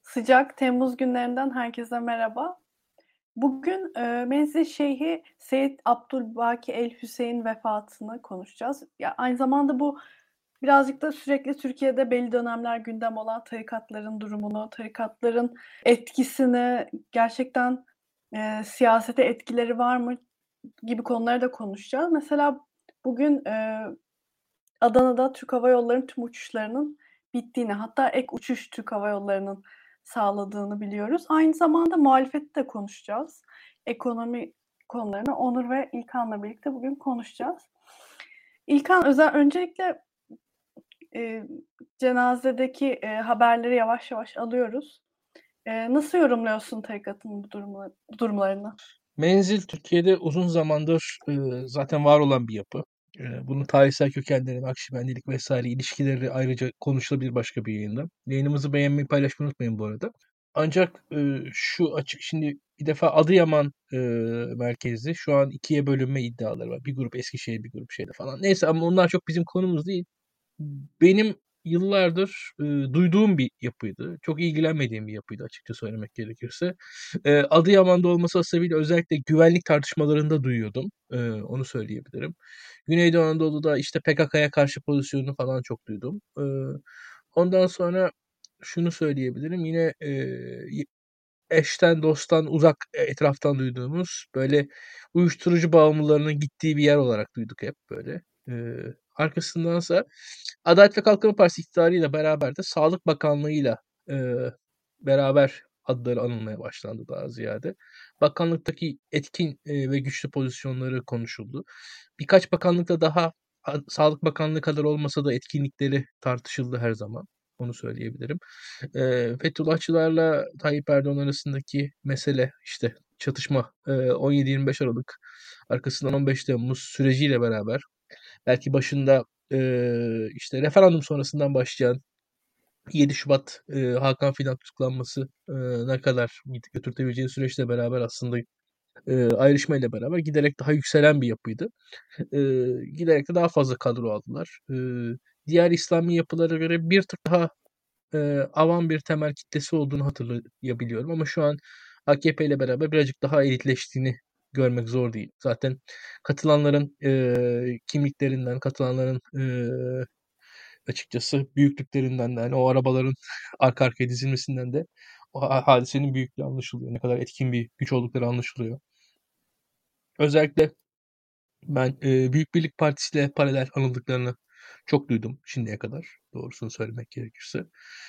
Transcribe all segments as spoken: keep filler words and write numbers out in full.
Sıcak Temmuz günlerinden herkese merhaba. Bugün, eee, Menzil Şeyhi Seyyid Abdülbaki el-Hüseyin vefatını konuşacağız. Ya, aynı zamanda bu birazcık da sürekli Türkiye'de belli dönemler gündem olan tarikatların durumunu, tarikatların etkisini, gerçekten, eee, siyasete etkileri var mı gibi konuları da konuşacağız. Mesela bugün, eee, Adana'da Türk Hava Yolları'nın tüm uçuşlarının bittiğini, hatta ek uçuş Türk Hava Yolları'nın sağladığını biliyoruz. Aynı zamanda muhalefeti de konuşacağız. Ekonomi konularını Onur ve İlkan'la birlikte bugün konuşacağız. İlkan, özel öncelikle eee, cenazedeki eee, haberleri yavaş yavaş alıyoruz. Eee, nasıl yorumluyorsun tarikatın bu durumu, durumlarını? Menzil Türkiye'de uzun zamandır e, zaten var olan bir yapı. E, bunun tarihsel kökenleri, Nakşibendilik vesaire ilişkileri ayrıca konuşulabilir başka bir yayında. Yayınımızı beğenmeyi, paylaşmayı unutmayın bu arada. Ancak e, şu açık, şimdi bir defa Adıyaman e, merkezli şu an ikiye bölünme iddiaları var. Bir grup Eskişehir, bir grup şeyde falan. Neyse ama onlar çok bizim konumuz değil. Benim yıllardır e, duyduğum bir yapıydı. Çok ilgilenmediğim bir yapıydı açıkça söylemek gerekirse. E, Adıyaman'da olması sebebiyle özellikle güvenlik tartışmalarında duyuyordum. E, onu söyleyebilirim. Güneydoğu Anadolu'da işte P K K'ya karşı pozisyonunu falan çok duydum. E, ondan sonra şunu söyleyebilirim. Yine e, eşten, dosttan, uzak etraftan duyduğumuz böyle uyuşturucu bağımlılarının gittiği bir yer olarak duyduk hep böyle. Ee, arkasındansa Adalet ve Kalkınma Partisi iktidarıyla beraber de Sağlık Bakanlığı'yla e, beraber adları anılmaya başlandı daha ziyade. Bakanlıktaki etkin e, ve güçlü pozisyonları konuşuldu. Birkaç bakanlıkta daha a- Sağlık Bakanlığı kadar olmasa da etkinlikleri tartışıldı her zaman. Onu söyleyebilirim. Eee, Fethullahçılarla Tayyip Erdoğan arasındaki mesele işte çatışma eee, on yedi yirmi beş Aralık arkasından on beş Temmuz süreciyle beraber belki başında eee, işte referandum sonrasından başlayan yedi Şubat eee, Hakan Fidan tutuklanması eee, ne kadar götürtebileceği süreçle beraber aslında eee ayrışmayla beraber giderek daha yükselen bir yapıydı. Eee, giderek de daha fazla kadro aldılar. Eee, diğer İslami yapılara göre bir tık daha eee, avam bir temel kitlesi olduğunu hatırlayabiliyorum ama şu an A K P ile beraber birazcık daha elitleştiğini görmek zor değil. Zaten katılanların eee, kimliklerinden, katılanların eee, açıkçası büyüklüklerinden de, yani o arabaların arka arkaya dizilmesinden de o ha- hadisenin büyüklüğü anlaşılıyor. Ne kadar etkin bir güç oldukları anlaşılıyor. Özellikle ben eee, Büyük Birlik Partisi ile paralel anıldıklarını çok duydum şimdiye kadar. Doğrusunu söylemek gerekirse.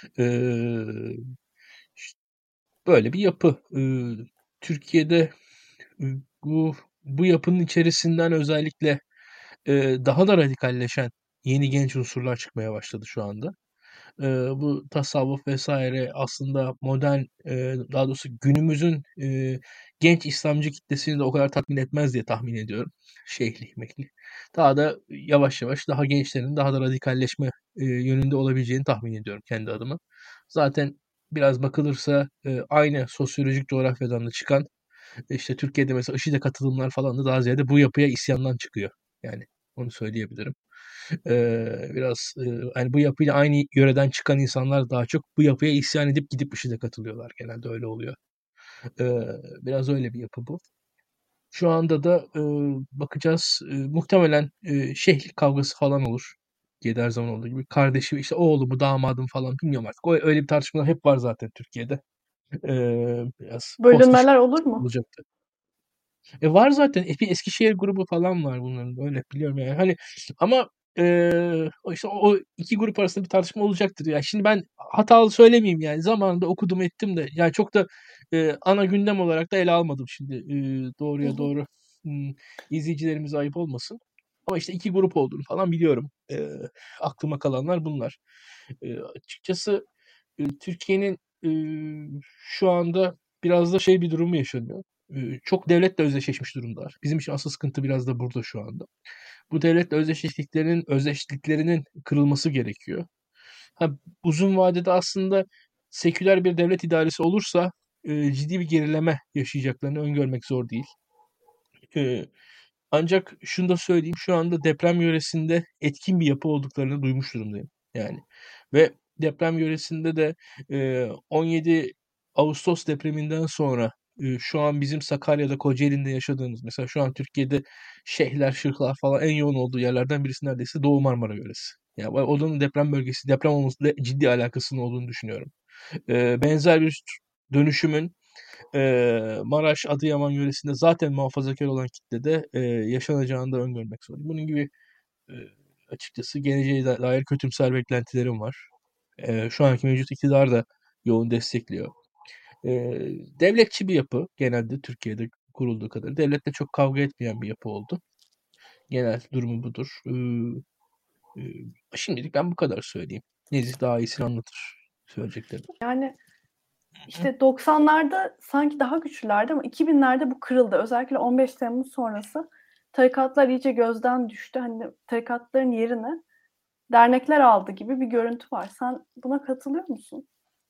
Eee Böyle bir yapı. Iıı, Türkiye'de, ııı, bu bu yapının içerisinden özellikle, eee, daha da radikalleşen yeni genç unsurlar çıkmaya başladı şu anda. Eee, bu tasavvuf vesaire aslında modern, eee, daha doğrusu günümüzün, eee, genç İslamcı kitlesini de o kadar tatmin etmez diye tahmin ediyorum. Şeyhli mehli. Daha da yavaş yavaş daha gençlerin daha da radikalleşme, eee, yönünde olabileceğini tahmin ediyorum kendi adıma. Zaten biraz bakılırsa, eee, aynı sosyolojik coğrafyadan da çıkan, işte Türkiye'de mesela IŞİD'e katılımlar falan da daha ziyade bu yapıya isyandan çıkıyor. Yani onu söyleyebilirim. Eee, biraz, eee, hani, bu yapıyla aynı yöreden çıkan insanlar daha çok bu yapıya isyan edip gidip IŞİD'e katılıyorlar. Genelde öyle oluyor. Eee, biraz öyle bir yapı bu. Şu anda da, eee, bakacağız. Eee, muhtemelen, eee, şeyhlik kavgası falan olur diye her zaman olduğu gibi. Kardeşim, işte oğlu mu, damadım falan bilmiyorum artık. O öyle bir tartışmalar hep var zaten Türkiye'de. Eee, biraz post Bölünmeler olur mu? olacaktı. E var zaten. E, bir Eskişehir grubu falan var bunların. Öyle biliyorum yani. Hani ama eee, o işte o iki grup arasında bir tartışma olacaktır. Ya şimdi ben hatalı söylemeyeyim yani. Zamanında okudum ettim de yani çok da eee, ana gündem olarak da ele almadım şimdi. Eee, Hı doğruya hı. doğru hmm, izleyicilerimize ayıp olmasın. Ama işte iki grup olduğunu falan biliyorum. Eee, aklıma kalanlar bunlar. Eee, açıkçası e, Türkiye'nin e, şu anda biraz da şey bir durumu yaşanıyor. E, çok devletle özdeşleşmiş durumdalar. Bizim için asıl sıkıntı biraz da burada şu anda. Bu devletle özdeşleştiklerinin özdeşliklerinin kırılması gerekiyor. Ha, uzun vadede aslında seküler bir devlet idaresi olursa e, ciddi bir gerileme yaşayacaklarını öngörmek zor değil. E, ancak şunu da söyleyeyim, şu anda deprem yöresinde etkin bir yapı olduklarını duymuş durumdayım. Yani ve deprem yöresinde de e, on yedi Ağustos depreminden sonra e, şu an bizim Sakarya'da, Kocaeli'nde yaşadığımız, mesela şu an Türkiye'de Şehler, Şırklar falan en yoğun olduğu yerlerden birisi neredeyse Doğu Marmara yöresi. Yani oranın deprem bölgesi, deprem olmasıyla ciddi alakasının olduğunu düşünüyorum. E, benzer bir dönüşümün e, Maraş, Adıyaman yöresinde zaten muhafazakar olan kitlede e, yaşanacağını da öngörmek zorundayım. Bunun gibi e, açıkçası geleceğe dair kötümser beklentilerim var. E, şu anki mevcut iktidar da yoğun destekliyor. E, Devletçi bir yapı genelde Türkiye'de kurulduğu kadar. Devletle çok kavga etmeyen bir yapı oldu. Genel durumu budur. E, e, Şimdilik ben bu kadar söyleyeyim. Nezih daha iyisini anlatır söyleyeceklerim. Yani işte doksanlarda sanki daha güçlülerdi ama iki binlerde bu kırıldı. Özellikle on beş Temmuz sonrası tarikatlar iyice gözden düştü. Hani tarikatların yerine dernekler aldı gibi bir görüntü var. Sen buna katılıyor musun?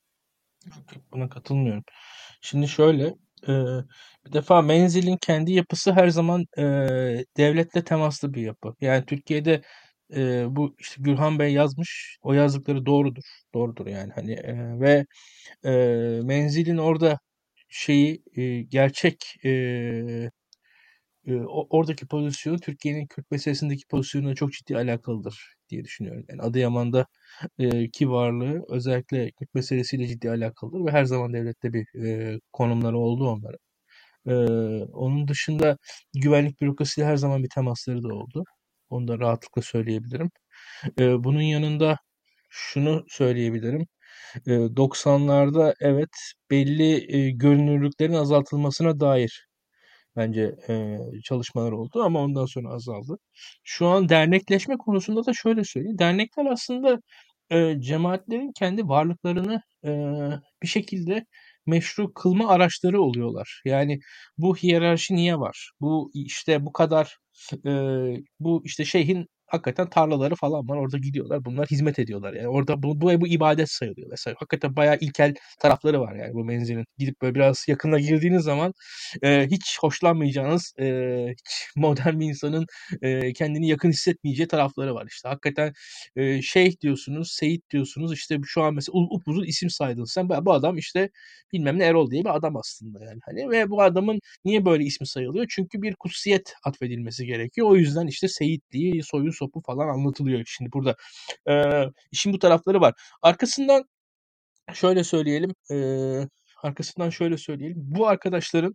Buna katılmıyorum. Şimdi şöyle, e, bir defa menzilin kendi yapısı her zaman e, devletle temaslı bir yapı. Yani Türkiye'de e, bu işte Gürhan Bey yazmış, o yazdıkları doğrudur, doğrudur yani hani e, ve e, menzilin orada şeyi e, gerçek e, e, o- oradaki pozisyonu Türkiye'nin Kürt meselesindeki pozisyonuna çok ciddi alakalıdır diye düşünüyorum. Yani Adıyaman'da e, ki varlığı özellikle Kürt meselesiyle ciddi alakalıdır ve her zaman devlette bir e, konumları oldu onların. E, Onun dışında güvenlik bürokrasiyle her zaman bir temasları da oldu. Onu da rahatlıkla söyleyebilirim. E, bunun yanında şunu söyleyebilirim. E, doksanlarda evet belli e, görünürlüklerin azaltılmasına dair bence e, çalışmalar oldu ama ondan sonra azaldı. Şu an dernekleşme konusunda da şöyle söyleyeyim. Dernekler aslında e, cemaatlerin kendi varlıklarını e, bir şekilde meşru kılma araçları oluyorlar. Yani bu hiyerarşi niye var? Bu işte bu kadar e, bu işte şeyhin hakikaten tarlaları falan var. Orada gidiyorlar. Bunlar hizmet ediyorlar. Yani orada bu, bu, bu ibadet sayılıyor. Mesela hakikaten bayağı ilkel tarafları var yani bu menzilin. Gidip böyle biraz yakına girdiğiniz zaman e, hiç hoşlanmayacağınız, e, hiç modern bir insanın e, kendini yakın hissetmeyeceği tarafları var işte. Hakikaten e, şeyh diyorsunuz, Seyit diyorsunuz. İşte şu an mesela u- upuzun isim saydın sen. Bu bu adam işte bilmem ne Erol diye bir adam aslında yani. Hani ve bu adamın niye böyle ismi sayılıyor? Çünkü bir kutsiyet atfedilmesi gerekiyor. O yüzden işte Seyitliği, soyu sopu falan anlatılıyor. Şimdi burada e, işin bu tarafları var. Arkasından şöyle söyleyelim. E, arkasından şöyle söyleyelim. Bu arkadaşların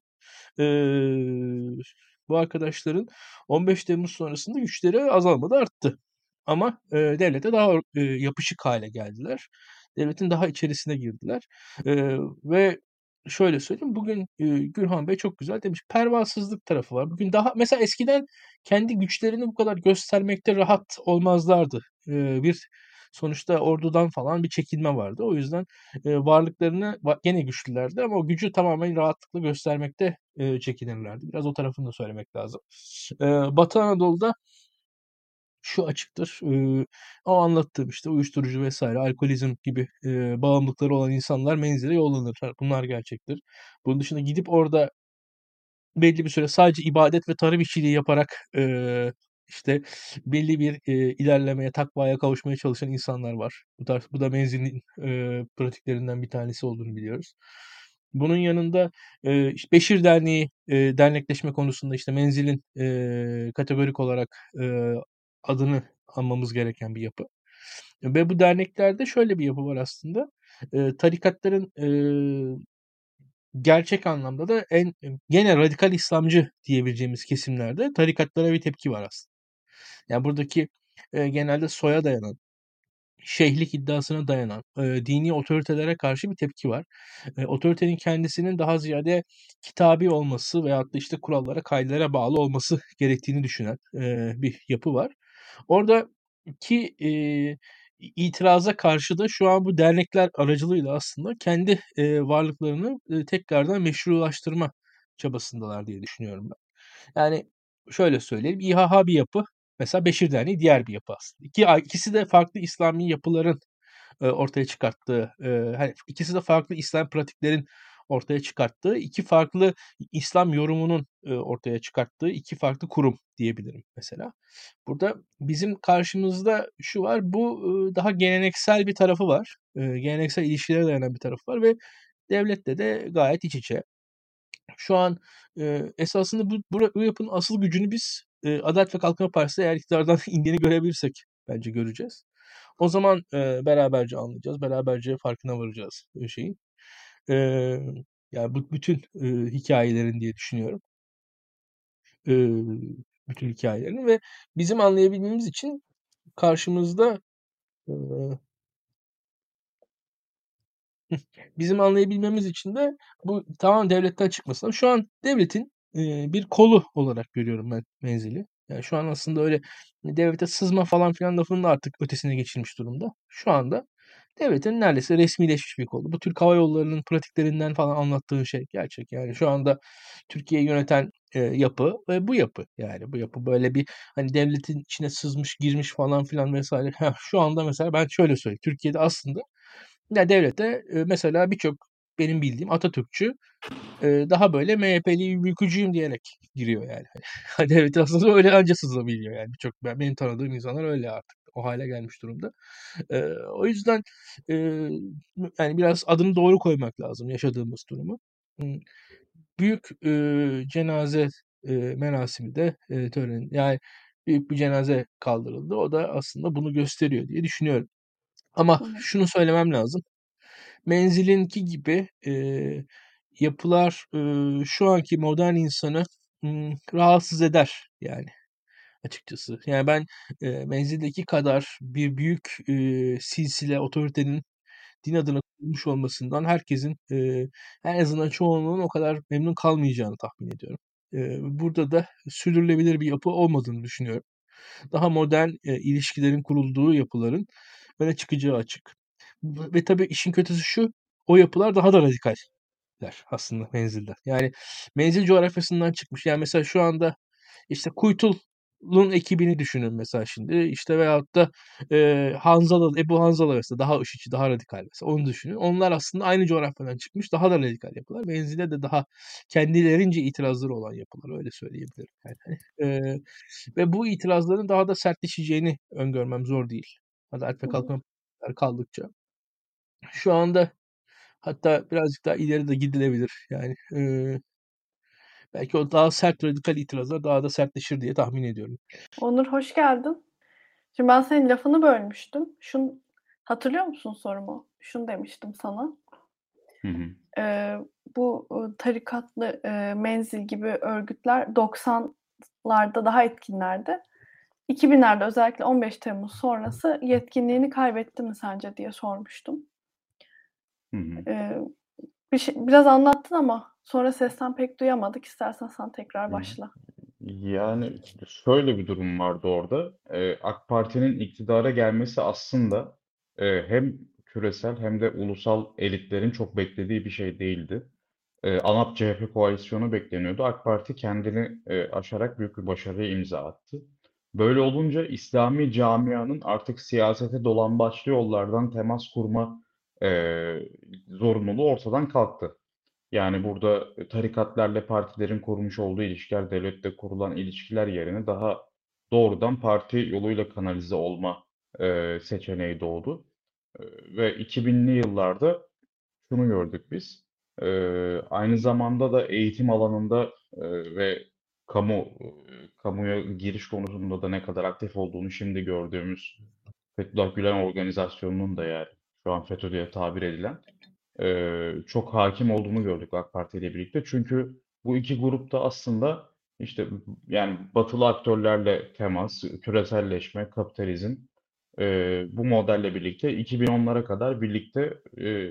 Eee, bu arkadaşların on beş Temmuz sonrasında güçleri azalmadı, arttı. Ama eee, devlete daha eee, yapışık hale geldiler. Devletin daha içerisine girdiler. Eee, ve şöyle söyleyeyim, bugün eee, Gürhan Bey çok güzel demiş. Pervasızlık tarafı var. Bugün daha mesela eskiden kendi güçlerini bu kadar göstermekte rahat olmazlardı. Eee, bir sonuçta ordudan falan bir çekinme vardı. O yüzden e, varlıklarını va- gene güçlülerdi ama o gücü tamamen rahatlıkla göstermekte e, çekinirlerdi. Biraz o tarafını da söylemek lazım. E, Batı Anadolu'da şu açıktır. E, o anlattığım işte uyuşturucu vesaire, alkolizm gibi e, bağımlılıkları olan insanlar menzile yollanır. Bunlar gerçektir. Bunun dışında gidip orada belli bir süre sadece ibadet ve tarım işçiliği yaparak eee, işte belli bir eee, ilerlemeye, takvaya kavuşmaya çalışan insanlar var. Bu tarz, bu da menzilin eee, pratiklerinden bir tanesi olduğunu biliyoruz. Bunun yanında eee, işte Beşir Derneği eee, dernekleşme konusunda işte menzilin eee, kategorik olarak eee, adını anmamız gereken bir yapı. Ve bu derneklerde şöyle bir yapı var aslında. Eee, tarikatların eee, gerçek anlamda da en gene radikal İslamcı diyebileceğimiz kesimlerde tarikatlara bir tepki var aslında. Yani buradaki e, genelde soya dayanan, şeyhlik iddiasına dayanan e, dini otoritelere karşı bir tepki var. E, otoritenin kendisinin daha ziyade kitabi olması veyahut da işte kurallara, kaidelere bağlı olması gerektiğini düşünen e, bir yapı var. Oradaki e, itiraza karşı da şu an bu dernekler aracılığıyla aslında kendi e, varlıklarını e, tekrardan meşrulaştırma çabasındalar diye düşünüyorum ben. Yani şöyle söyleyelim, İHH bir yapı, mesela Beşir Derneği diğer bir yapı aslında. İki, ikisi de farklı İslami yapıların e, ortaya çıkarttığı, e, hani ikisi de farklı İslam pratiklerin ortaya çıkarttığı iki farklı İslam yorumunun e, ortaya çıkarttığı iki farklı kurum diyebilirim mesela. Burada bizim karşımızda şu var, bu e, daha geleneksel bir tarafı var. E, geleneksel ilişkilere dayanan bir tarafı var ve devletle de gayet iç içe. Şu an e, esasında bu, bu, bu yapının asıl gücünü biz e, Adalet ve Kalkınma Partisi eğer iktidardan indiğini görebilirsek bence göreceğiz. O zaman e, beraberce anlayacağız, beraberce farkına varacağız e, şeyin. E, Yani bu bütün e, hikayelerin diye düşünüyorum. E, Bütün hikayelerin ve bizim anlayabilmemiz için karşımızda e, bizim anlayabilmemiz için de bu tamamen devletten çıkması lazım. Şu an devletin e, bir kolu olarak görüyorum ben menzili. Yani şu an aslında öyle devlete sızma falan filan lafının da artık ötesine geçilmiş durumda. Şu anda devletin neredeyse resmileşmiş bir kolu. Bu Türk Hava Yolları'nın pratiklerinden falan anlattığı şey gerçek. Yani şu anda Türkiye'yi yöneten e, yapı ve bu yapı. Yani bu yapı böyle bir hani devletin içine sızmış, girmiş falan filan vesaire. Heh, şu anda mesela ben şöyle söyleyeyim. Türkiye'de aslında ya devlete e, mesela birçok benim bildiğim Atatürkçü e, daha böyle M H P'li ülkücüyüm diyerek giriyor yani. Hani devlet aslında öyle anca sızabiliyor yani. Birçok ben, benim tanıdığım insanlar öyle artık. O hale gelmiş durumda. E, O yüzden e, yani biraz adını doğru koymak lazım yaşadığımız durumu. Hmm, Büyük e, cenaze e, merasimi de e, tören yani büyük bir cenaze kaldırıldı. O da aslında bunu gösteriyor diye düşünüyorum. Ama Evet. şunu söylemem lazım. Menzilinki gibi eee, yapılar eee, şu anki modern insanı ım, rahatsız eder yani açıkçası. Yani ben eee, Menzil'deki kadar bir büyük eee, silsile otoritenin din adına kurulmuş olmasından herkesin eee, en azından çoğunluğun o kadar memnun kalmayacağını tahmin ediyorum. Eee, burada da sürdürülebilir bir yapı olmadığını düşünüyorum. Daha modern eee, ilişkilerin kurulduğu yapıların öne çıkacağı açık. Ve tabii işin kötüsü şu, o yapılar daha da radikaller aslında menzilde. Yani menzil coğrafyasından çıkmış. Yani mesela şu anda işte Kuytul'un ekibini düşünün mesela şimdi. İşte veyahut da e, Hanzala, Ebu Hanzala mesela daha IŞİD'ci, daha radikal mesela. Onu düşünün. Onlar aslında aynı coğrafyadan çıkmış. Daha da radikal yapılar. Menzilde de daha kendilerince itirazları olan yapılar. Öyle söyleyebilirim. Yani, e, ve bu itirazların daha da sertleşeceğini öngörmem zor değil. Adalet ve Hı hı. Kalkınma Partisi kaldıkça. Şu anda hatta birazcık daha ileri de gidilebilir. Yani eee, belki o daha sert radikal itirazlar daha da sertleşir diye tahmin ediyorum. Onur hoş geldin. Şimdi ben senin lafını bölmüştüm. Şun hatırlıyor musun sorumu? Şunu demiştim sana. Hı hı. Eee, bu ıı, tarikatlı eee, menzil gibi örgütler doksanlarda daha etkinlerdi. iki binlerde özellikle on beş Temmuz sonrası yetkinliğini kaybetti mi sence diye sormuştum. Hı hı. Eee, bir şey, biraz anlattın ama sonra sesten pek duyamadık. İstersen sen tekrar Hı hı. başla. Yani şöyle bir durum vardı orada. Ee, AK Parti'nin iktidara gelmesi aslında e, hem küresel hem de ulusal elitlerin çok beklediği bir şey değildi. Ee, ANAP C H P koalisyonu bekleniyordu. AK Parti kendini e, aşarak büyük bir başarıya imza attı. Böyle olunca İslami camianın artık siyasete dolambaçlı yollardan temas kurma e, zorunluluğu ortadan kalktı. Yani burada e, tarikatlarla partilerin kurmuş olduğu ilişkiler, devletle kurulan ilişkiler yerine daha doğrudan parti yoluyla kanalize olma e, seçeneği doğdu. E, Ve iki binli yıllarda şunu gördük biz. E, Aynı zamanda da eğitim alanında e, ve kamu e, kamuya giriş konusunda da ne kadar aktif olduğunu şimdi gördüğümüz Fethullah Gülen organizasyonunun da yani şu an FETÖ diye tabir edilen e, çok hakim olduğunu gördük AK Parti ile birlikte. Çünkü bu iki grupta aslında işte yani batılı aktörlerle temas, küreselleşme, kapitalizm e, bu modelle birlikte iki bin onlara kadar birlikte e,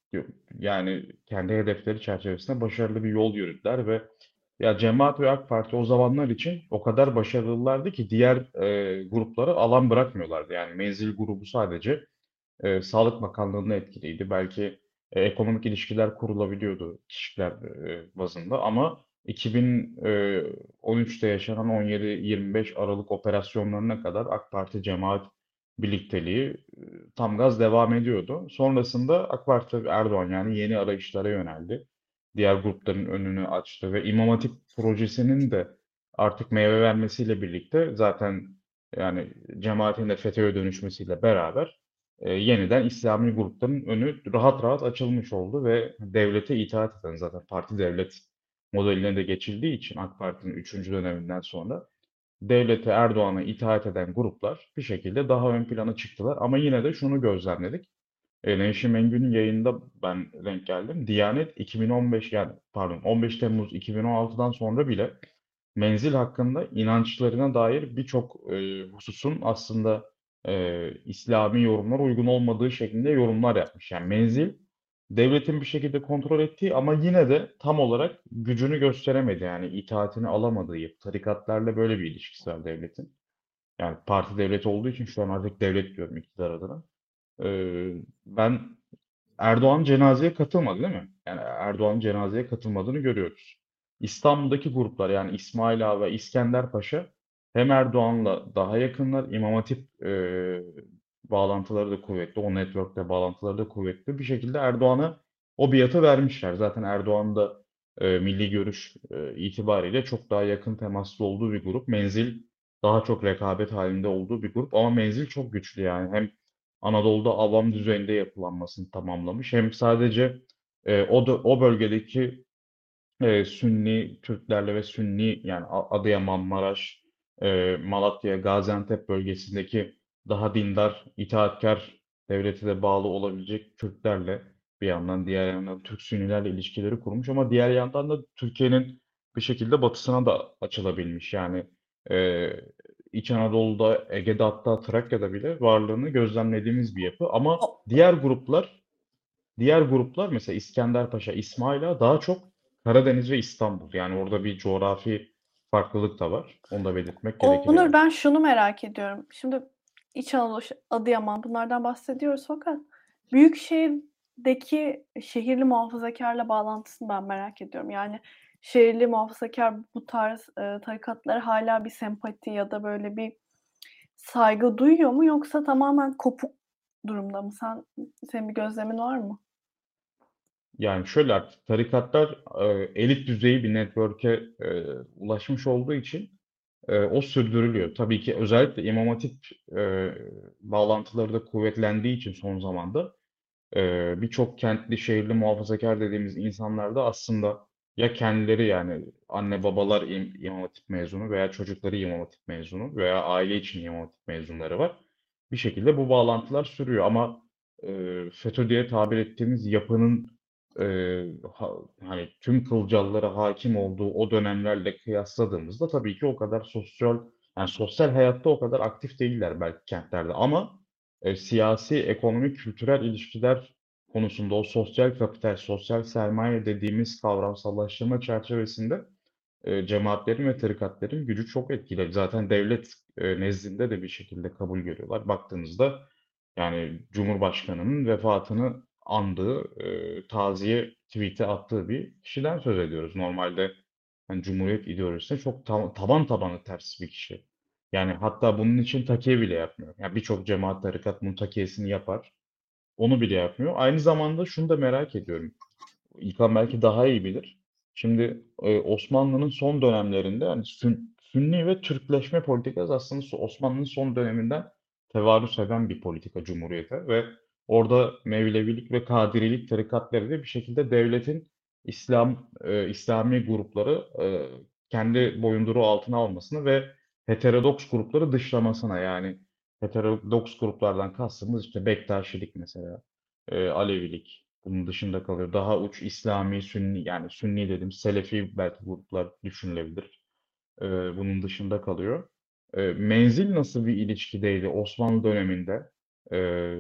yani kendi hedefleri çerçevesinde başarılı bir yol yürüdüler ve ya Cemaat ve AK Parti o zamanlar için o kadar başarılılardı ki diğer e, gruplara alan bırakmıyorlardı. Yani Menzil grubu sadece e, Sağlık Bakanlığı'nın etkiliydi. Belki e, ekonomik ilişkiler kurulabiliyordu kişiler e, bazında ama iki bin on üçte yaşanan on yedi yirmi beş Aralık operasyonlarına kadar AK Parti cemaat birlikteliği e, tam gaz devam ediyordu. Sonrasında AK Parti Erdoğan yani yeni arayışlara yöneldi. diğer grupların önünü açtı ve İmam Hatip projesinin de artık meyve vermesiyle birlikte zaten yani cemaatin de FETÖ'ye dönüşmesiyle beraber e, yeniden İslami grupların önü rahat rahat açılmış oldu ve devlete itaat eden zaten parti devlet modeline de geçildiği için AK Parti'nin üçüncü döneminden sonra devlete Erdoğan'a itaat eden gruplar bir şekilde daha ön plana çıktılar. Ama yine de şunu gözlemledik. E, Nevşin Mengü'nün yayında ben denk geldim. Diyanet iki bin on beş yani pardon on beş Temmuz iki bin on altıdan sonra bile menzil hakkında inançlarına dair birçok e, hususun aslında e, İslami yorumlar uygun olmadığı şeklinde yorumlar yapmış. Yani menzil devletin bir şekilde kontrol ettiği ama yine de tam olarak gücünü gösteremedi. Yani itaatini alamadığı yapı. Tarikatlarla böyle bir ilişkisi var devletin. Yani parti devlet olduğu için şu an artık devlet diyorum iktidar adına. Ee, ben Erdoğan cenazeye katılmadı değil mi? Yani Erdoğan cenazeye katılmadığını görüyoruz. İstanbul'daki gruplar yani İsmail Ağa ve İskender Paşa hem Erdoğan'la daha yakınlar, İmam Hatip e, bağlantıları da kuvvetli, o network'te bağlantıları da kuvvetli. Bir şekilde Erdoğan'a o biatı vermişler. Zaten Erdoğan da e, milli görüş e, itibariyle çok daha yakın temaslı olduğu bir grup. Menzil daha çok rekabet halinde olduğu bir grup ama Menzil çok güçlü yani. Hem Anadolu'da avam düzeyinde yapılanmasını tamamlamış. Hem sadece e, o da, o bölgedeki e, Sünni Türklerle ve Sünni yani A- Adıyaman, Maraş, e, Malatya, Gaziantep bölgesindeki daha dindar, itaatkar devlete de bağlı olabilecek Türklerle bir yandan diğer yandan Türk Sünnilerle ilişkileri kurmuş ama diğer yandan da Türkiye'nin bir şekilde batısına da açılabilmiş. Yani e, İç Anadolu'da, Ege'de hatta Trakya'da bile varlığını gözlemlediğimiz bir yapı. Ama O- diğer gruplar Diğer gruplar mesela İskenderpaşa, İsmaila daha çok Karadeniz ve İstanbul. Yani orada bir coğrafi farklılık da var. Onu da belirtmek gerekir Onur, yani. ben şunu merak ediyorum. Şimdi İç Anadolu, Adıyaman bunlardan bahsediyoruz fakat Büyükşehir'deki şehirli muhafazakarla bağlantısını ben merak ediyorum. Yani şehirli muhafazakar bu tarz e, tarikatlara hala bir sempati ya da böyle bir saygı duyuyor mu yoksa tamamen kopuk durumda mı? Sen, senin bir gözlemin var mı? Yani şöyle artık tarikatlar e, elit düzeyi bir network'e e, ulaşmış olduğu için e, o sürdürülüyor. Tabii ki özellikle İmam Hatip e, bağlantıları da kuvvetlendiği için son zamanda Ee, birçok kentli, şehirli muhafazakar dediğimiz insanlar da aslında ya kendileri yani anne babalar im- İmam Hatip mezunu veya çocukları İmam Hatip mezunu veya aile için İmam Hatip mezunları var. Bir şekilde bu bağlantılar sürüyor ama e, FETÖ diye tabir ettiğimiz yapının e, ha- hani tüm kılcallara hakim olduğu o dönemlerle kıyasladığımızda tabii ki o kadar sosyal yani sosyal hayatta o kadar aktif değiller belki kentlerde ama e, siyasi, ekonomik, kültürel ilişkiler konusunda o sosyal kapital, sosyal sermaye dediğimiz kavramsallaştırma çerçevesinde e, cemaatlerin ve tarikatlerin gücü çok etkili. Zaten devlet e, nezdinde de bir şekilde kabul görüyorlar. Baktığınızda yani Cumhurbaşkanı'nın vefatını andığı, e, taziye tweet'i attığı bir kişiden söz ediyoruz. Normalde yani Cumhuriyet ideolojisine çok ta- taban tabanı ters bir kişi. Yani hatta bunun için takiye bile yapmıyor. Yani birçok cemaat tarikat bunun takiyesini yapar. Onu bile yapmıyor. Aynı zamanda şunu da merak ediyorum. İlkan belki daha iyi bilir. Şimdi e, Osmanlı'nın son dönemlerinde yani Sün- Sünni ve Türkleşme politikası aslında so- Osmanlı'nın son döneminden tevarüs eden bir politika Cumhuriyete ve orada Mevlevilik ve Kadirilik tarikatları da bir şekilde devletin İslam e, İslami grupları e, kendi boyunduruğu altına almasını ve heterodoks grupları dışlamasına yani heterodoks gruplardan kastımız işte Bektaşilik mesela, e, Alevilik bunun dışında kalıyor. Daha uç İslami, Sünni yani Sünni dedim Selefi belki gruplar düşünülebilir. E, bunun dışında kalıyor. E, menzil nasıl bir ilişkideydi Osmanlı döneminde? E,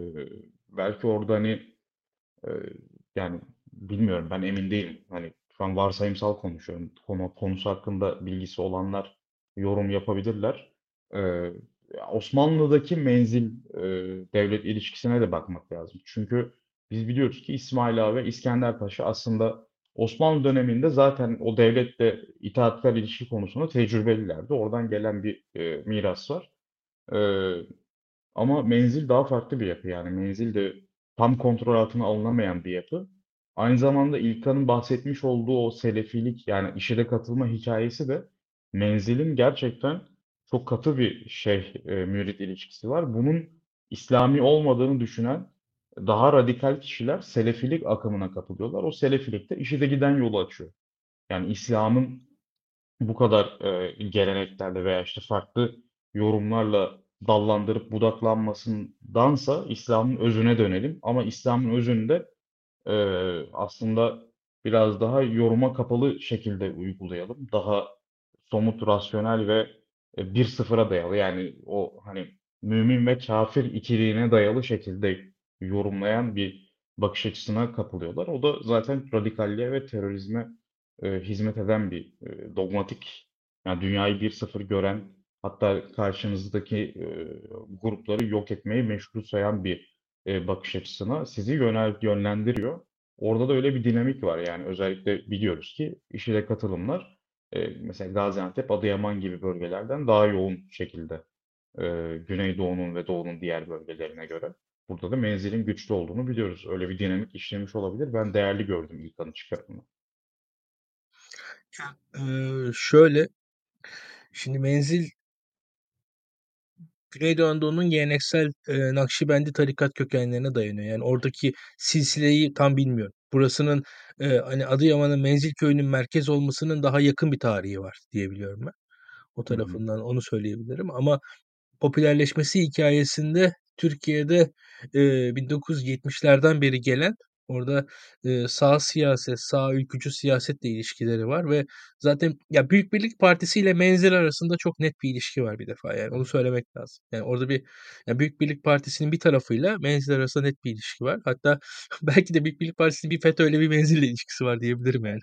belki orada hani ee, yani bilmiyorum ben emin değilim. Hani şu an varsayımsal konuşuyorum. Konu, konusu hakkında bilgisi olanlar yorum yapabilirler. Ee, Osmanlı'daki menzil e, devlet ilişkisine de bakmak lazım. Çünkü biz biliyoruz ki İsmail Ağa ve İskender Paşa aslında Osmanlı döneminde zaten o devletle itaatkar ilişki konusunda tecrübelilerdi. Oradan gelen bir e, miras var. Ee, ama menzil daha farklı bir yapı yani. Menzil de tam kontrol altına alınamayan bir yapı. Aynı zamanda İlkan'ın bahsetmiş olduğu o selefilik yani işe katılma hikayesi de Menzil'in gerçekten çok katı bir şey e, mürit ilişkisi var. Bunun İslami olmadığını düşünen daha radikal kişiler selefilik akımına katılıyorlar. O selefilik de işe giden yolu açıyor. Yani İslam'ın bu kadar e, geleneklerle veya işte farklı yorumlarla dallandırıp budaklanmasındansa İslam'ın özüne dönelim. Ama İslam'ın özünde e, aslında biraz daha yoruma kapalı şekilde uygulayalım. Daha somut, rasyonel ve e, bir sıfıra dayalı yani o hani mümin ve kafir ikiliğine dayalı şekilde yorumlayan bir bakış açısına kapılıyorlar. O da zaten radikalliğe ve terörizme e, hizmet eden bir e, dogmatik yani dünyayı bir sıfır gören hatta karşınızdaki e, grupları yok etmeyi meşru sayan bir e, bakış açısına sizi yönel, yönlendiriyor. Orada da öyle bir dinamik var yani özellikle biliyoruz ki işe katılımlar e, mesela Gaziantep, Adıyaman gibi bölgelerden daha yoğun şekilde e, Güneydoğu'nun ve Doğu'nun diğer bölgelerine göre. Burada da menzilin güçlü olduğunu biliyoruz. Öyle bir dinamik işlemiş olabilir. Ben değerli gördüm ilk anı çıkarımını. Ee, şöyle, şimdi menzil Güneydoğu Anadolu'nun geleneksel e, Nakşibendi tarikat kökenlerine dayanıyor. Yani oradaki silsileyi tam bilmiyorum. Burasının e, hani Adıyaman'ın Menzil köyünün merkez olmasının daha yakın bir tarihi var diyebiliyorum ben. O Hı hı. tarafından onu söyleyebilirim ama popülerleşmesi hikayesinde Türkiye'de e, bin dokuz yüz yetmişlerden beri gelen orada e, sağ siyaset, sağ ülkücü siyasetle ilişkileri var ve zaten ya Büyük Birlik Partisi ile Menzil arasında çok net bir ilişki var bir defa yani onu söylemek lazım. Yani orada bir ya Büyük Birlik Partisi'nin bir tarafıyla Menzil arasında net bir ilişki var. Hatta belki de Büyük Birlik Partisi'nin bir FETÖ'yle bir Menzil'le ilişkisi var diyebilirim yani.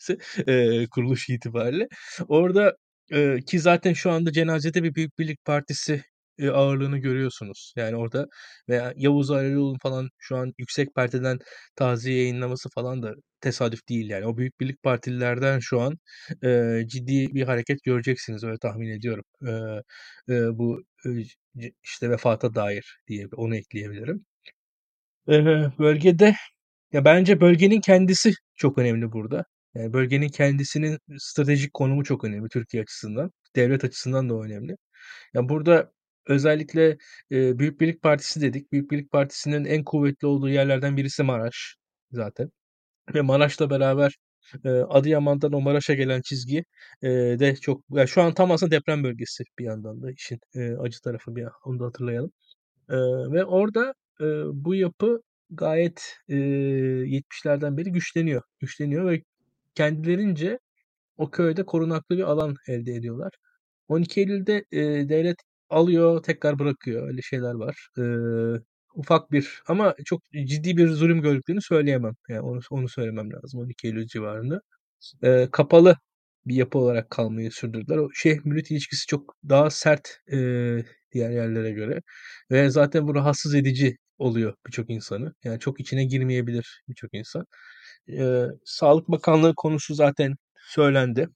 e, kuruluş itibariyle. Orada e, ki zaten şu anda cenazede bir Büyük Birlik Partisi e, ağırlığını görüyorsunuz. Yani orada veya Yavuz Ayrılıoğlu'nun falan şu an Yüksek Parti'den taziye yayınlaması falan da tesadüf değil yani. O Büyük Birlik Partililerden şu an e, ciddi bir hareket göreceksiniz öyle tahmin ediyorum. E, e, bu e, c- işte vefata dair diye onu ekleyebilirim. E, bölgede ya bence bölgenin kendisi çok önemli burada. Yani bölgenin kendisinin stratejik konumu çok önemli Türkiye açısından. Devlet açısından da o önemli. Ya burada özellikle e, Büyük Birlik Partisi dedik. Büyük Birlik Partisi'nin en kuvvetli olduğu yerlerden birisi Maraş zaten. Ve Maraş'la beraber e, Adıyaman'dan o Maraş'a gelen çizgi e, de çok... Ya şu an tam aslında deprem bölgesi bir yandan da işin e, acı tarafı bir onu da hatırlayalım. E, ve orada e, bu yapı gayet e, yetmişlerden beri güçleniyor. Güçleniyor ve kendilerince o köyde korunaklı bir alan elde ediyorlar. on iki Eylül'de e, devlet alıyor, tekrar bırakıyor. Öyle şeyler var. E, ufak bir ama çok ciddi bir zulüm gördüklerini söyleyemem. Yani onu, onu söylemem lazım on iki Eylül civarında. E, kapalı bir yapı olarak kalmayı sürdürdüler. O şeyh-mürit ilişkisi çok daha sert e, diğer yerlere göre. Ve zaten bu rahatsız edici oluyor birçok insanı. Yani çok içine girmeyebilir birçok insan. E, Sağlık Bakanlığı konusu zaten söylendi.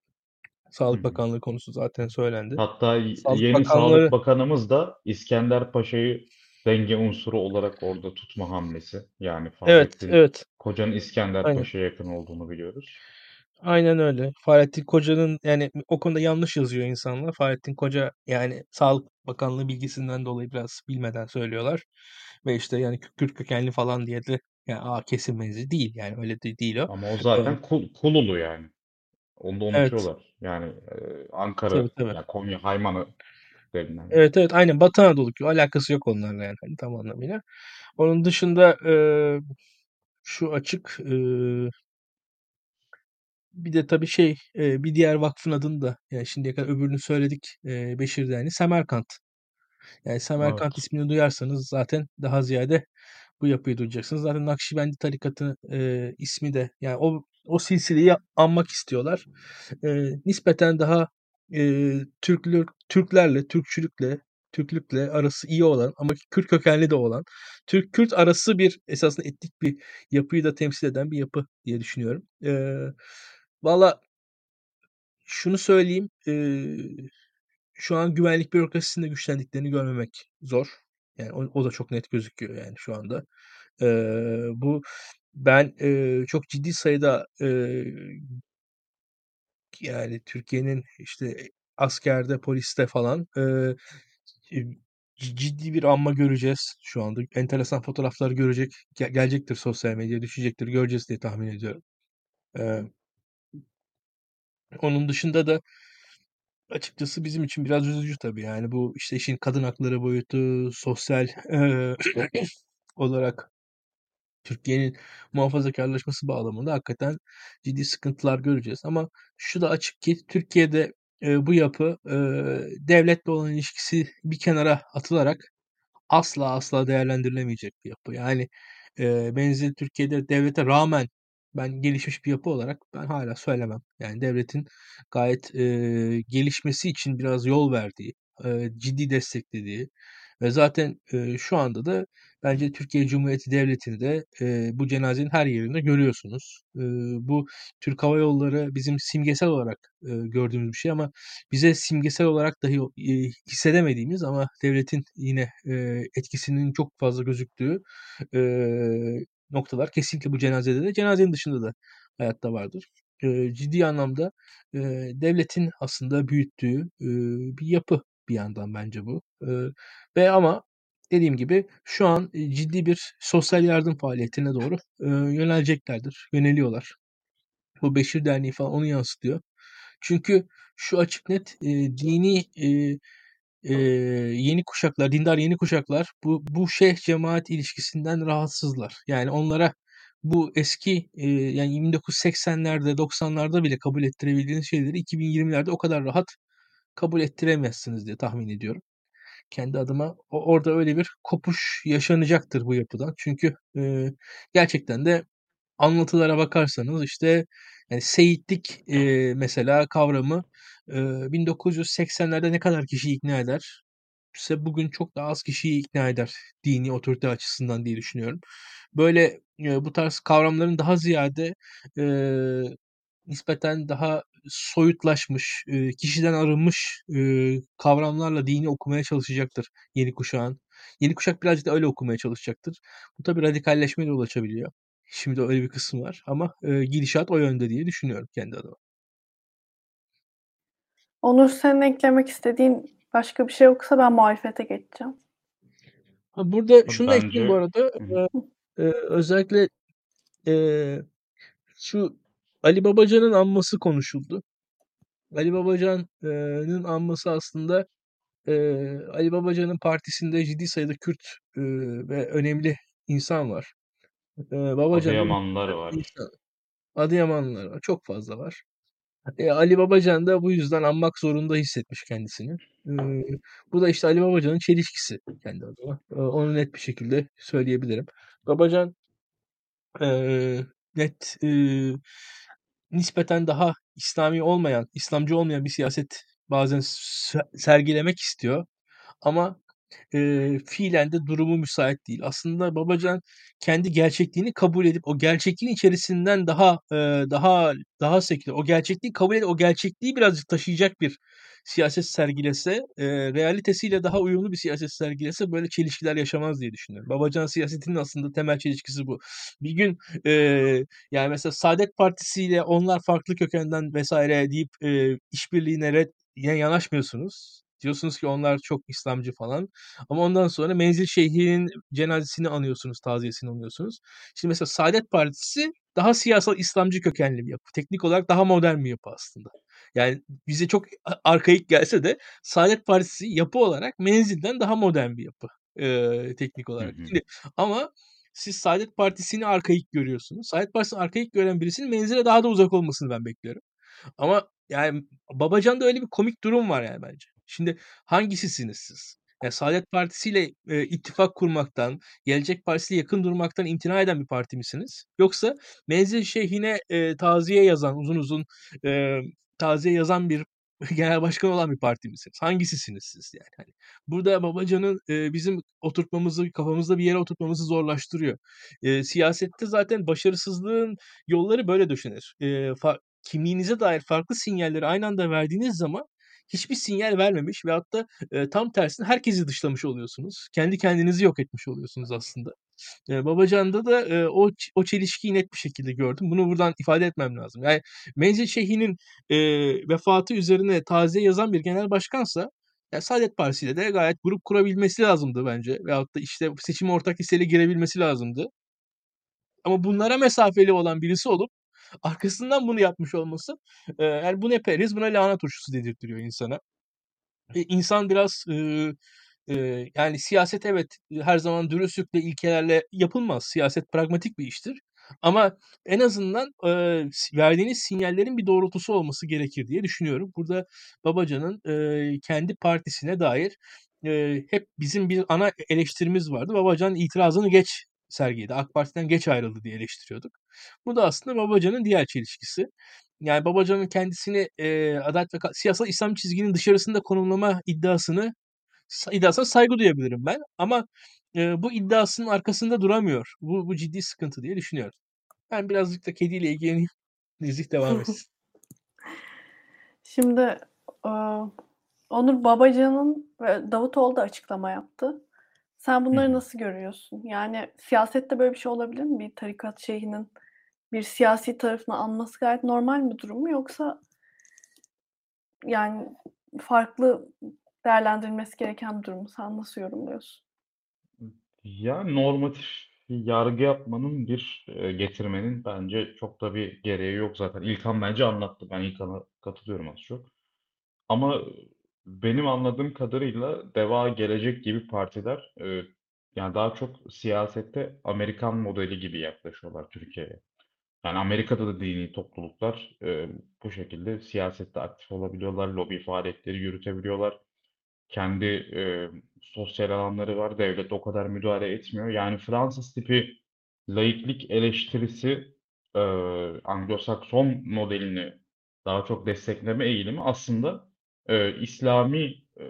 Hı Sağlık hı. Bakanlığı konusu zaten söylendi. Hatta Sağlık yeni Sağlık Bakanları Bakanımız da İskender Paşa'yı denge unsuru olarak orada tutma hamlesi. Yani evet, Fahrettin evet. Koca'nın İskender Aynen. Paşa'ya yakın olduğunu biliyoruz. Aynen öyle. Fahrettin Koca'nın yani o konuda yanlış yazıyor insanlar. Fahrettin Koca yani Sağlık Bakanlığı bilgisinden dolayı biraz bilmeden söylüyorlar. Ve işte yani Kü- Kürt kökenli falan diye de yani aa, kesin benzi değil yani öyle de değil o. Ama o Ee, zaten Kul- Kululu yani. Onu da evet. unutuyorlar. Yani e, Ankara, Tabii tabii. ya Konya Haymanı denilen yer. Evet evet aynen Batı Anadolu ki alakası yok onlarla yani hani tam anlamıyla. Onun dışında e, şu açık e, bir de tabii şey e, bir diğer vakfın adını da yani şimdiye kadar öbürünü söyledik e, Beşir Derneği Semerkant. Yani Semerkant Evet. ismini duyarsanız zaten daha ziyade bu yapıyı duyacaksınız. Zaten Nakşibendi tarikatı e, ismi de yani o o silsileyi anmak istiyorlar. E, nispeten daha e, Türklük Türklerle, Türkçülükle, Türklükle arası iyi olan ama Kürt kökenli de olan Türk-Kürt arası bir esasında etnik bir yapıyı da temsil eden bir yapı diye düşünüyorum. E, valla şunu söyleyeyim. E, şu an güvenlik bürokrasisinde güçlendiklerini görmemek zor. Yani o, o da çok net gözüküyor yani şu anda. Ee, bu ben e, çok ciddi sayıda e, yani Türkiye'nin işte askerde, poliste falan e, e, ciddi bir anma göreceğiz şu anda. Enteresan fotoğraflar görecek, ge- gelecektir sosyal medyaya düşecektir, göreceğiz diye tahmin ediyorum. E, Onun dışında da açıkçası bizim için biraz üzücü tabii. Yani bu işte işin kadın hakları boyutu, sosyal e, olarak Türkiye'nin muhafazakarlaşması bağlamında hakikaten ciddi sıkıntılar göreceğiz. Ama şu da açık ki Türkiye'de e, bu yapı e, devletle olan ilişkisi bir kenara atılarak asla asla değerlendirilemeyecek bir yapı. Yani e, benzeri Türkiye'de devlete rağmen ben gelişmiş bir yapı olarak ben hala söylemem. Yani devletin gayet e, gelişmesi için biraz yol verdiği, e, ciddi desteklediği ve zaten e, şu anda da bence Türkiye Cumhuriyeti Devleti'ni de e, bu cenazenin her yerinde görüyorsunuz. E, bu Türk Hava Yolları bizim simgesel olarak e, gördüğümüz bir şey ama bize simgesel olarak dahi e, hissedemediğimiz ama devletin yine e, etkisinin çok fazla gözüktüğü e, noktalar kesinlikle bu cenazede de cenazenin dışında da hayatta vardır. E, ciddi anlamda e, devletin aslında büyüttüğü e, bir yapı bir yandan bence bu. E, ve ama dediğim gibi şu an e, ciddi bir sosyal yardım faaliyetine doğru e, yöneleceklerdir, yöneliyorlar. Bu Beşir Derneği falan onu yansıtıyor. Çünkü şu açık net e, dini e, e, yeni kuşaklar, dindar yeni kuşaklar bu bu şeyh cemaat ilişkisinden rahatsızlar. Yani onlara bu eski e, yani bin dokuz yüz seksenlerde doksanlarda bile kabul ettirebildiğiniz şeyleri iki bin yirmilerde o kadar rahat kabul ettiremezsiniz diye tahmin ediyorum. Kendi adıma o, orada öyle bir kopuş yaşanacaktır bu yapıdan. Çünkü e, gerçekten de anlatılara bakarsanız işte yani seyitlik e, mesela kavramı e, bin dokuz yüz seksenlerde ne kadar kişi ikna eder? ise bugün çok daha az kişiyi ikna eder dini otorite açısından diye düşünüyorum. Böyle e, bu tarz kavramların daha ziyade e, nispeten daha soyutlaşmış, e, kişiden arınmış e, kavramlarla dini okumaya çalışacaktır yeni kuşağın. Yeni kuşak birazcık da öyle okumaya çalışacaktır. Bu tabii radikalleşmeye de yol açabiliyor. Şimdi öyle bir kısım var ama e, gidişat o yönde diye düşünüyorum kendi adıma. Onur, senin eklemek istediğin başka bir şey yoksa ben muhalefete geçeceğim. Ha, burada şunu da ekleyeyim bu Bence arada. hı hı. E, e, özellikle e, şu Ali Babacan'ın anması konuşuldu. Ali Babacan'ın anması aslında e, Ali Babacan'ın partisinde ciddi sayıda Kürt e, ve önemli insan var. E, Babacan'ın Adıyamanlılar var. insan, Adıyamanlılar var. Çok fazla var. E, Ali Babacan da bu yüzden anmak zorunda hissetmiş kendisini. E, bu da işte Ali Babacan'ın çelişkisi kendi adıma. E, onu net bir şekilde söyleyebilirim. Babacan e, net e, nispeten daha İslami olmayan, İslamcı olmayan bir siyaset bazen se- sergilemek istiyor. Ama Eee, fiilen de durumu müsait değil. Aslında Babacan kendi gerçekliğini kabul edip o gerçekliğin içerisinden daha eee, daha daha seküler, o gerçekliği kabul edip o gerçekliği birazcık taşıyacak bir siyaset sergilese, eee, realitesiyle daha uyumlu bir siyaset sergilese böyle çelişkiler yaşamaz diye düşünüyorum. Babacan siyasetinin aslında temel çelişkisi bu. Bir gün eee, yani mesela Saadet Partisi ile onlar farklı kökenden vesaire deyip eee işbirliğine red, ya- yanaşmıyorsunuz. Diyorsunuz ki onlar çok İslamcı falan. Ama ondan sonra Menzil Şeyhi'nin cenazesini anıyorsunuz, taziyesini anıyorsunuz. Şimdi mesela Saadet Partisi daha siyasal İslamcı kökenli bir yapı. Teknik olarak daha modern bir yapı aslında. Yani bize çok a- arkaik gelse de Saadet Partisi yapı olarak Menzil'den daha modern bir yapı. Eee, teknik Hı olarak. hı. Şimdi ama siz Saadet Partisi'ni arkaik görüyorsunuz. Saadet Partisi'ni arkaik gören birisinin Menzil'e daha da uzak olmasını ben bekliyorum. Ama yani Babacan'da öyle bir komik durum var yani bence. Şimdi hangisisiniz siz? Ya Saadet Partisi ile e, ittifak kurmaktan, Gelecek Partisi'yle yakın durmaktan imtina eden bir parti misiniz? Yoksa Menzil Şeyh'ine e, taziye yazan, uzun uzun e, taziye yazan bir genel başkan olan bir parti misiniz? Hangisisiniz siz yani? Hani burada Babacan'ın e, bizim oturtmamızı, kafamızda bir yere oturtmamızı zorlaştırıyor. E, siyasette zaten başarısızlığın yolları böyle döşenir. E, fa- kimliğinize dair farklı sinyalleri aynı anda verdiğiniz zaman hiçbir sinyal vermemiş ve hatta e, tam tersine herkesi dışlamış oluyorsunuz. Kendi kendinizi yok etmiş oluyorsunuz aslında. Eee, Babacan'da da, eee, o ç o çelişkiyi net bir şekilde gördüm. Bunu buradan ifade etmem lazım. Yani Menzil Şeyhi'nin, eee, vefatı üzerine taziye yazan bir genel başkansa, ya Saadet Partisi'yle de gayet grup kurabilmesi lazımdı bence veyahut da, işte, seçime ortak listeyle girebilmesi lazımdı. Ama bunlara mesafeli olan birisi olup arkasından bunu yapmış olması, eee, yani bu ne periz, buna lahana turşusu dedirtiyor insana. E, insan biraz, ııı, eee, yani siyaset evet, her zaman dürüstlükle, ilkelerle yapılmaz. Siyaset pragmatik bir iştir. Ama en azından, eee, s verdiğiniz sinyallerin bir doğrultusu olması gerekir diye düşünüyorum. Burada Babacan'ın, eee, kendi partisine dair, eee, hep bizim bir ana e eleştirimiz vardı. Babacan itirazını geç sergiledi. AK Parti'den geç ayrıldı diye eleştiriyorduk. Bu da aslında Babacan'ın diğer çelişkisi. Yani Babacan'ın kendisini, eee, Adalet ve Ka siyasal İslam çizginin dışarısında konumlama iddiasını sa iddiasına saygı duyabilirim ben ama, eee, bu iddiasının arkasında duramıyor. Bu bu ciddi sıkıntı diye düşünüyorum. Ben birazcık da kediyle ilgileneyim. Nezih devam etsin. Şimdi, aaa, Onur Babacan'ın ve Davutoğlu da açıklama yaptı. Sen Hı bunları hı. nasıl görüyorsun? Yani siyasette böyle bir şey olabilir mi? Bir tarikat şeyhinin bir siyasi tarafını anması gayet normal bir durum mu yoksa yani farklı değerlendirilmesi gereken bir durum mu? Sen nasıl yorumluyorsun? Ya normatif bir yargı yapmanın bir e, getirmenin bence çok da bir gereği yok zaten. İlkan bence anlattı. Ben İlkan'a katılıyorum az çok. Ama benim anladığım kadarıyla Deva, Gelecek gibi partiler e, yani daha çok siyasette Amerikan modeli gibi yaklaşıyorlar Türkiye'ye. Yani Amerika'da da dini topluluklar e, bu şekilde siyasette aktif olabiliyorlar, lobi faaliyetleri yürütebiliyorlar. Kendi e, sosyal alanları var, devlet o kadar müdahale etmiyor. Yani Fransız tipi laiklik eleştirisi e, Anglo-Sakson modelini daha çok destekleme eğilimi aslında e, İslami e,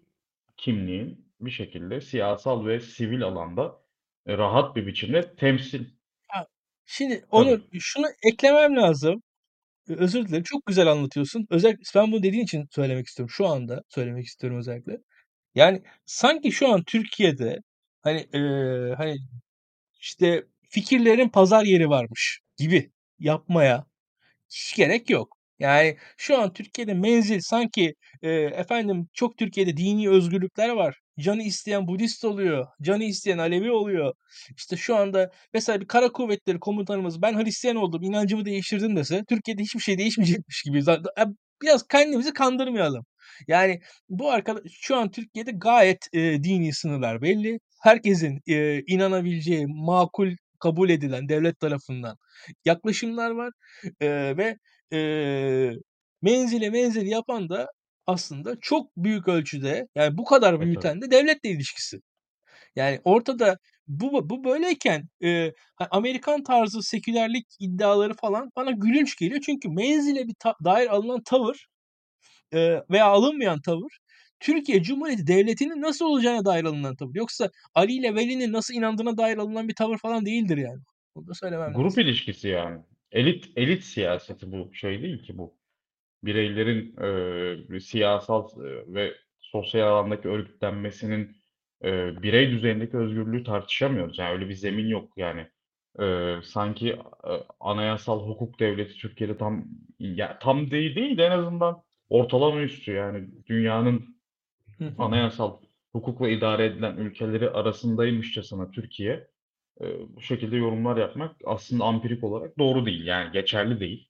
kimliğin bir şekilde siyasal ve sivil alanda e, rahat bir biçimde temsil. Ha, şimdi Tabii. Onur, şunu eklemem lazım. Eee, özür dilerim. Çok güzel anlatıyorsun. Özellikle sen bunu dediğin için söylemek istiyorum. Şu anda söylemek istiyorum özellikle. Yani sanki şu an Türkiye'de hani, eee, hani, işte, fikirlerin pazar yeri varmış gibi yapmaya hiç gerek yok. Yani şu an Türkiye'de menzil sanki, eee, efendim çok Türkiye'de dini özgürlükler var. Canı isteyen Budist oluyor, canı isteyen Alevi oluyor. İşte şu anda mesela bir kara kuvvetleri komutanımız ben Hristiyan oldum, inancımı değiştirdim dese Türkiye'de hiçbir şey değişmeyecekmiş gibi. Za a biraz kendimizi kandırmayalım. Yani bu arkada şu an Türkiye'de gayet, eee, dini sınırlar belli. Herkesin, eee, inanabileceği, makul kabul edilen devlet tarafından yaklaşımlar var. Eee, ve, eee, menzile menzil yapan da aslında çok büyük ölçüde, yani bu kadar E tabii. büyüten de devletle ilişkisi. Yani ortada bu bu böyleyken, eee, ha Amerikan tarzı sekülerlik iddiaları falan bana gülünç geliyor. Çünkü menzile bir ta dair alınan tavır, eee, veya alınmayan tavır, Türkiye Cumhuriyeti Devleti'nin nasıl olacağına dair alınan tavır. Yoksa Ali ile Veli'nin nasıl inandığına dair alınan bir tavır falan değildir yani. Bunu da söylemem Grup lazım. ilişkisi yani. Elit elit siyaseti bu şey değil ki bu. Bireylerin e, siyasal e, ve sosyal alandaki örgütlenmesinin e, birey düzeyindeki özgürlüğü tartışamıyoruz. Yani öyle bir zemin yok yani. E, sanki e, anayasal hukuk devleti Türkiye'de tam ya, tam değil değil de en azından ortalama üstü yani dünyanın Hı hı. anayasal hukukla idare edilen ülkeleri arasındaymışçasına Türkiye e, bu şekilde yorumlar yapmak aslında ampirik olarak doğru değil yani geçerli değil.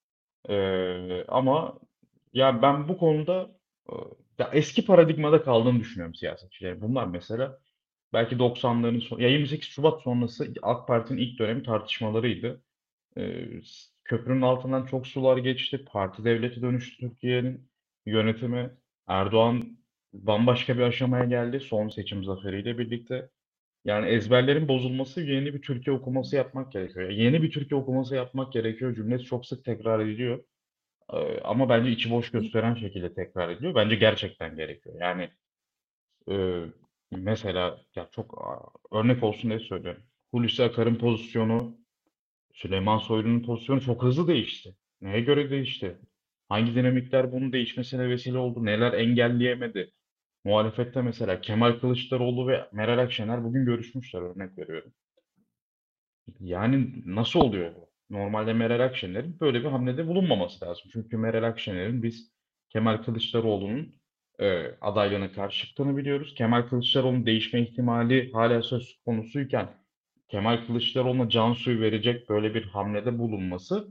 Ee, ama ya ben bu konuda e, ya eski paradigmada kaldığını düşünüyorum siyasetçilerin. Bunlar mesela belki doksanların son, ya yirmi sekiz Şubat sonrası AK Parti'nin ilk dönemi tartışmalarıydı. Ee, köprünün altından çok sular geçti. Parti devleti dönüştü Türkiye'nin yönetimi. Erdoğan bambaşka bir aşamaya geldi son seçim zaferiyle birlikte. Yani ezberlerin bozulması, yeni bir Türkiye okuması yapmak gerekiyor. Yani yeni bir Türkiye okuması yapmak gerekiyor. Cümlesi çok sık tekrar ediliyor. Ee, ama bence içi boş gösteren şekilde tekrar ediliyor. Bence gerçekten gerekiyor. Yani e, mesela ya çok a, örnek olsun diye söylüyorum. Hulusi Akar'ın pozisyonu, Süleyman Soylu'nun pozisyonu çok hızlı değişti. Neye göre değişti? Hangi dinamikler bunun değişmesine vesile oldu? Neler engelleyemedi? Muhalefette mesela Kemal Kılıçdaroğlu ve Meral Akşener bugün görüşmüşler örnek veriyorum. Yani nasıl oluyor bu? Normalde Meral Akşener'in böyle bir hamlede bulunmaması lazım. Çünkü Meral Akşener'in biz Kemal Kılıçdaroğlu'nun e, adaylığına karşı çıktığını biliyoruz. Kemal Kılıçdaroğlu'nun değişme ihtimali hala söz konusuyken Kemal Kılıçdaroğlu'na can suyu verecek böyle bir hamlede bulunması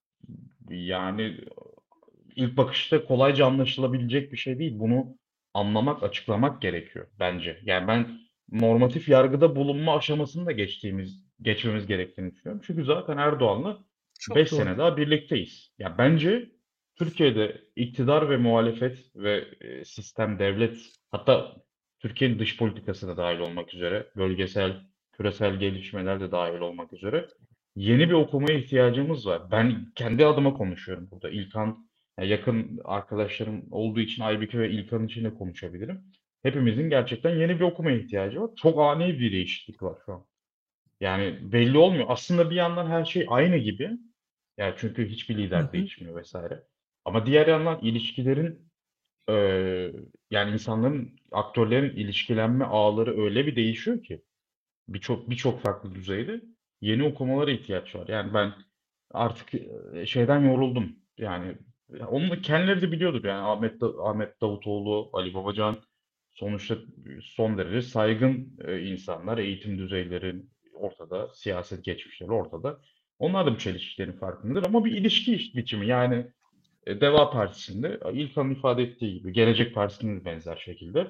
yani ilk bakışta kolayca anlaşılabilecek bir şey değil. Bunu anlamak, açıklamak gerekiyor bence. Yani ben normatif yargıda bulunma aşamasını da geçtiğimiz, geçmemiz gerektiğini düşünüyorum. Çünkü zaten Erdoğan'la beş Çok doğru. sene daha birlikteyiz. Ya bence Türkiye'de iktidar ve muhalefet ve e, sistem, devlet, hatta Türkiye'nin dış politikası da dahil olmak üzere, bölgesel, küresel gelişmeler de dahil olmak üzere yeni bir okumaya ihtiyacımız var. Ben kendi adıma konuşuyorum burada. İlkan ya yakın arkadaşlarım olduğu için Aybüke ve İlkan için de konuşabilirim. Hepimizin gerçekten yeni bir okumaya ihtiyacı var. Çok ani bir değişiklik var şu an. Yani belli olmuyor. Aslında bir yandan her şey aynı gibi. Yani çünkü hiçbir Hı lider hı. değişmiyor vesaire. Ama diğer yandan ilişkilerin eee, yani insanların, aktörlerin ilişkilenme ağları öyle bir değişiyor ki birçok birçok farklı düzeyde yeni okumalara ihtiyaç var. Yani ben artık e, şeyden yoruldum. Yani ya onu da kendileri de biliyordur. Yani Ahmet Da- Ahmet Davutoğlu, Ali Babacan sonuçta son derece saygın e, insanlar. Eğitim düzeyleri ortada, siyaset geçmişleri ortada. Onlar da bu çelişkilerin farkındadır ama bir ilişki iş- biçimi yani e, Deva Partisi'nde İlkan'ın ifade ettiği gibi Gelecek Partisi'nin de benzer şekilde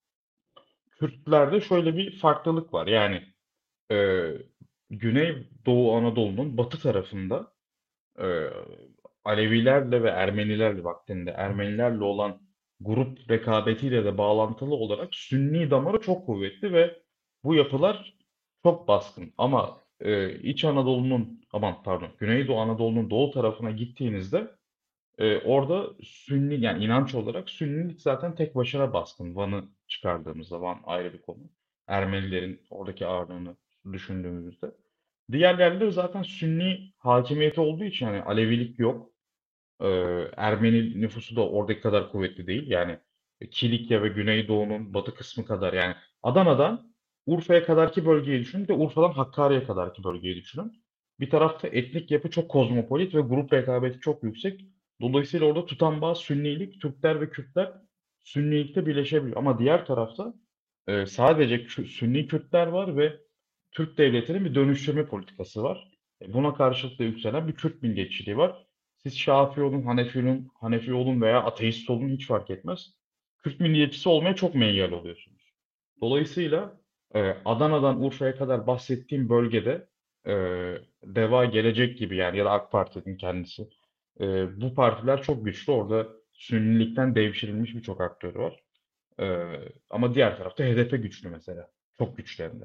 Kürtlerde şöyle bir farklılık var. Yani ee, Güneydoğu Anadolu'nun batı tarafında e, Alevilerle ve Ermenilerle vaktinde Ermenilerle olan grup rekabetiyle de bağlantılı olarak Sünni damarı çok kuvvetli ve bu yapılar çok baskın. Ama e, İç Anadolu'nun aman pardon Güneydoğu Anadolu'nun doğu tarafına gittiğinizde ee, orada Sünni yani inanç olarak Sünnilik zaten tek başına baskın. Van'ı çıkardığımızda Van ayrı bir konu. Ermenilerin oradaki ağırlığını düşündüğümüzde. Diğer yerleri zaten Sünni hakimiyeti olduğu için yani Alevilik yok. Ee, Ermeni nüfusu da oradaki kadar kuvvetli değil. Yani Kilikya ve Güneydoğu'nun batı kısmı kadar yani Adana'dan Urfa'ya kadarki bölgeyi düşünün. Bir de Urfa'dan Hakkari'ye kadarki bölgeyi düşünün. Bir tarafta etnik yapı çok kozmopolit ve grup rekabeti çok yüksek. Dolayısıyla orada tutan bağ Sünnilik, Türkler ve Kürtler Sünnilikte birleşebiliyor. Ama diğer tarafta e, sadece Kü- Sünni Kürtler var ve Türk devletinin bir dönüştürme politikası var. E, Buna karşılık da yükselen bir Kürt milliyetçiliği var. Siz Şafii olun, Hanefi olun, Hanefi olun veya ateist olun hiç fark etmez. Kürt milliyetçisi olmaya çok meyyal oluyorsunuz. Dolayısıyla e, Adana'dan Urfa'ya kadar bahsettiğim bölgede e, Deva Gelecek gibi yani ya da AK Parti'nin kendisi. E, bu partiler çok güçlü. Orada Sünnilikten devşirilmiş birçok aktörü var. E, Ama diğer tarafta H D P güçlü mesela. Çok güçlü hem de.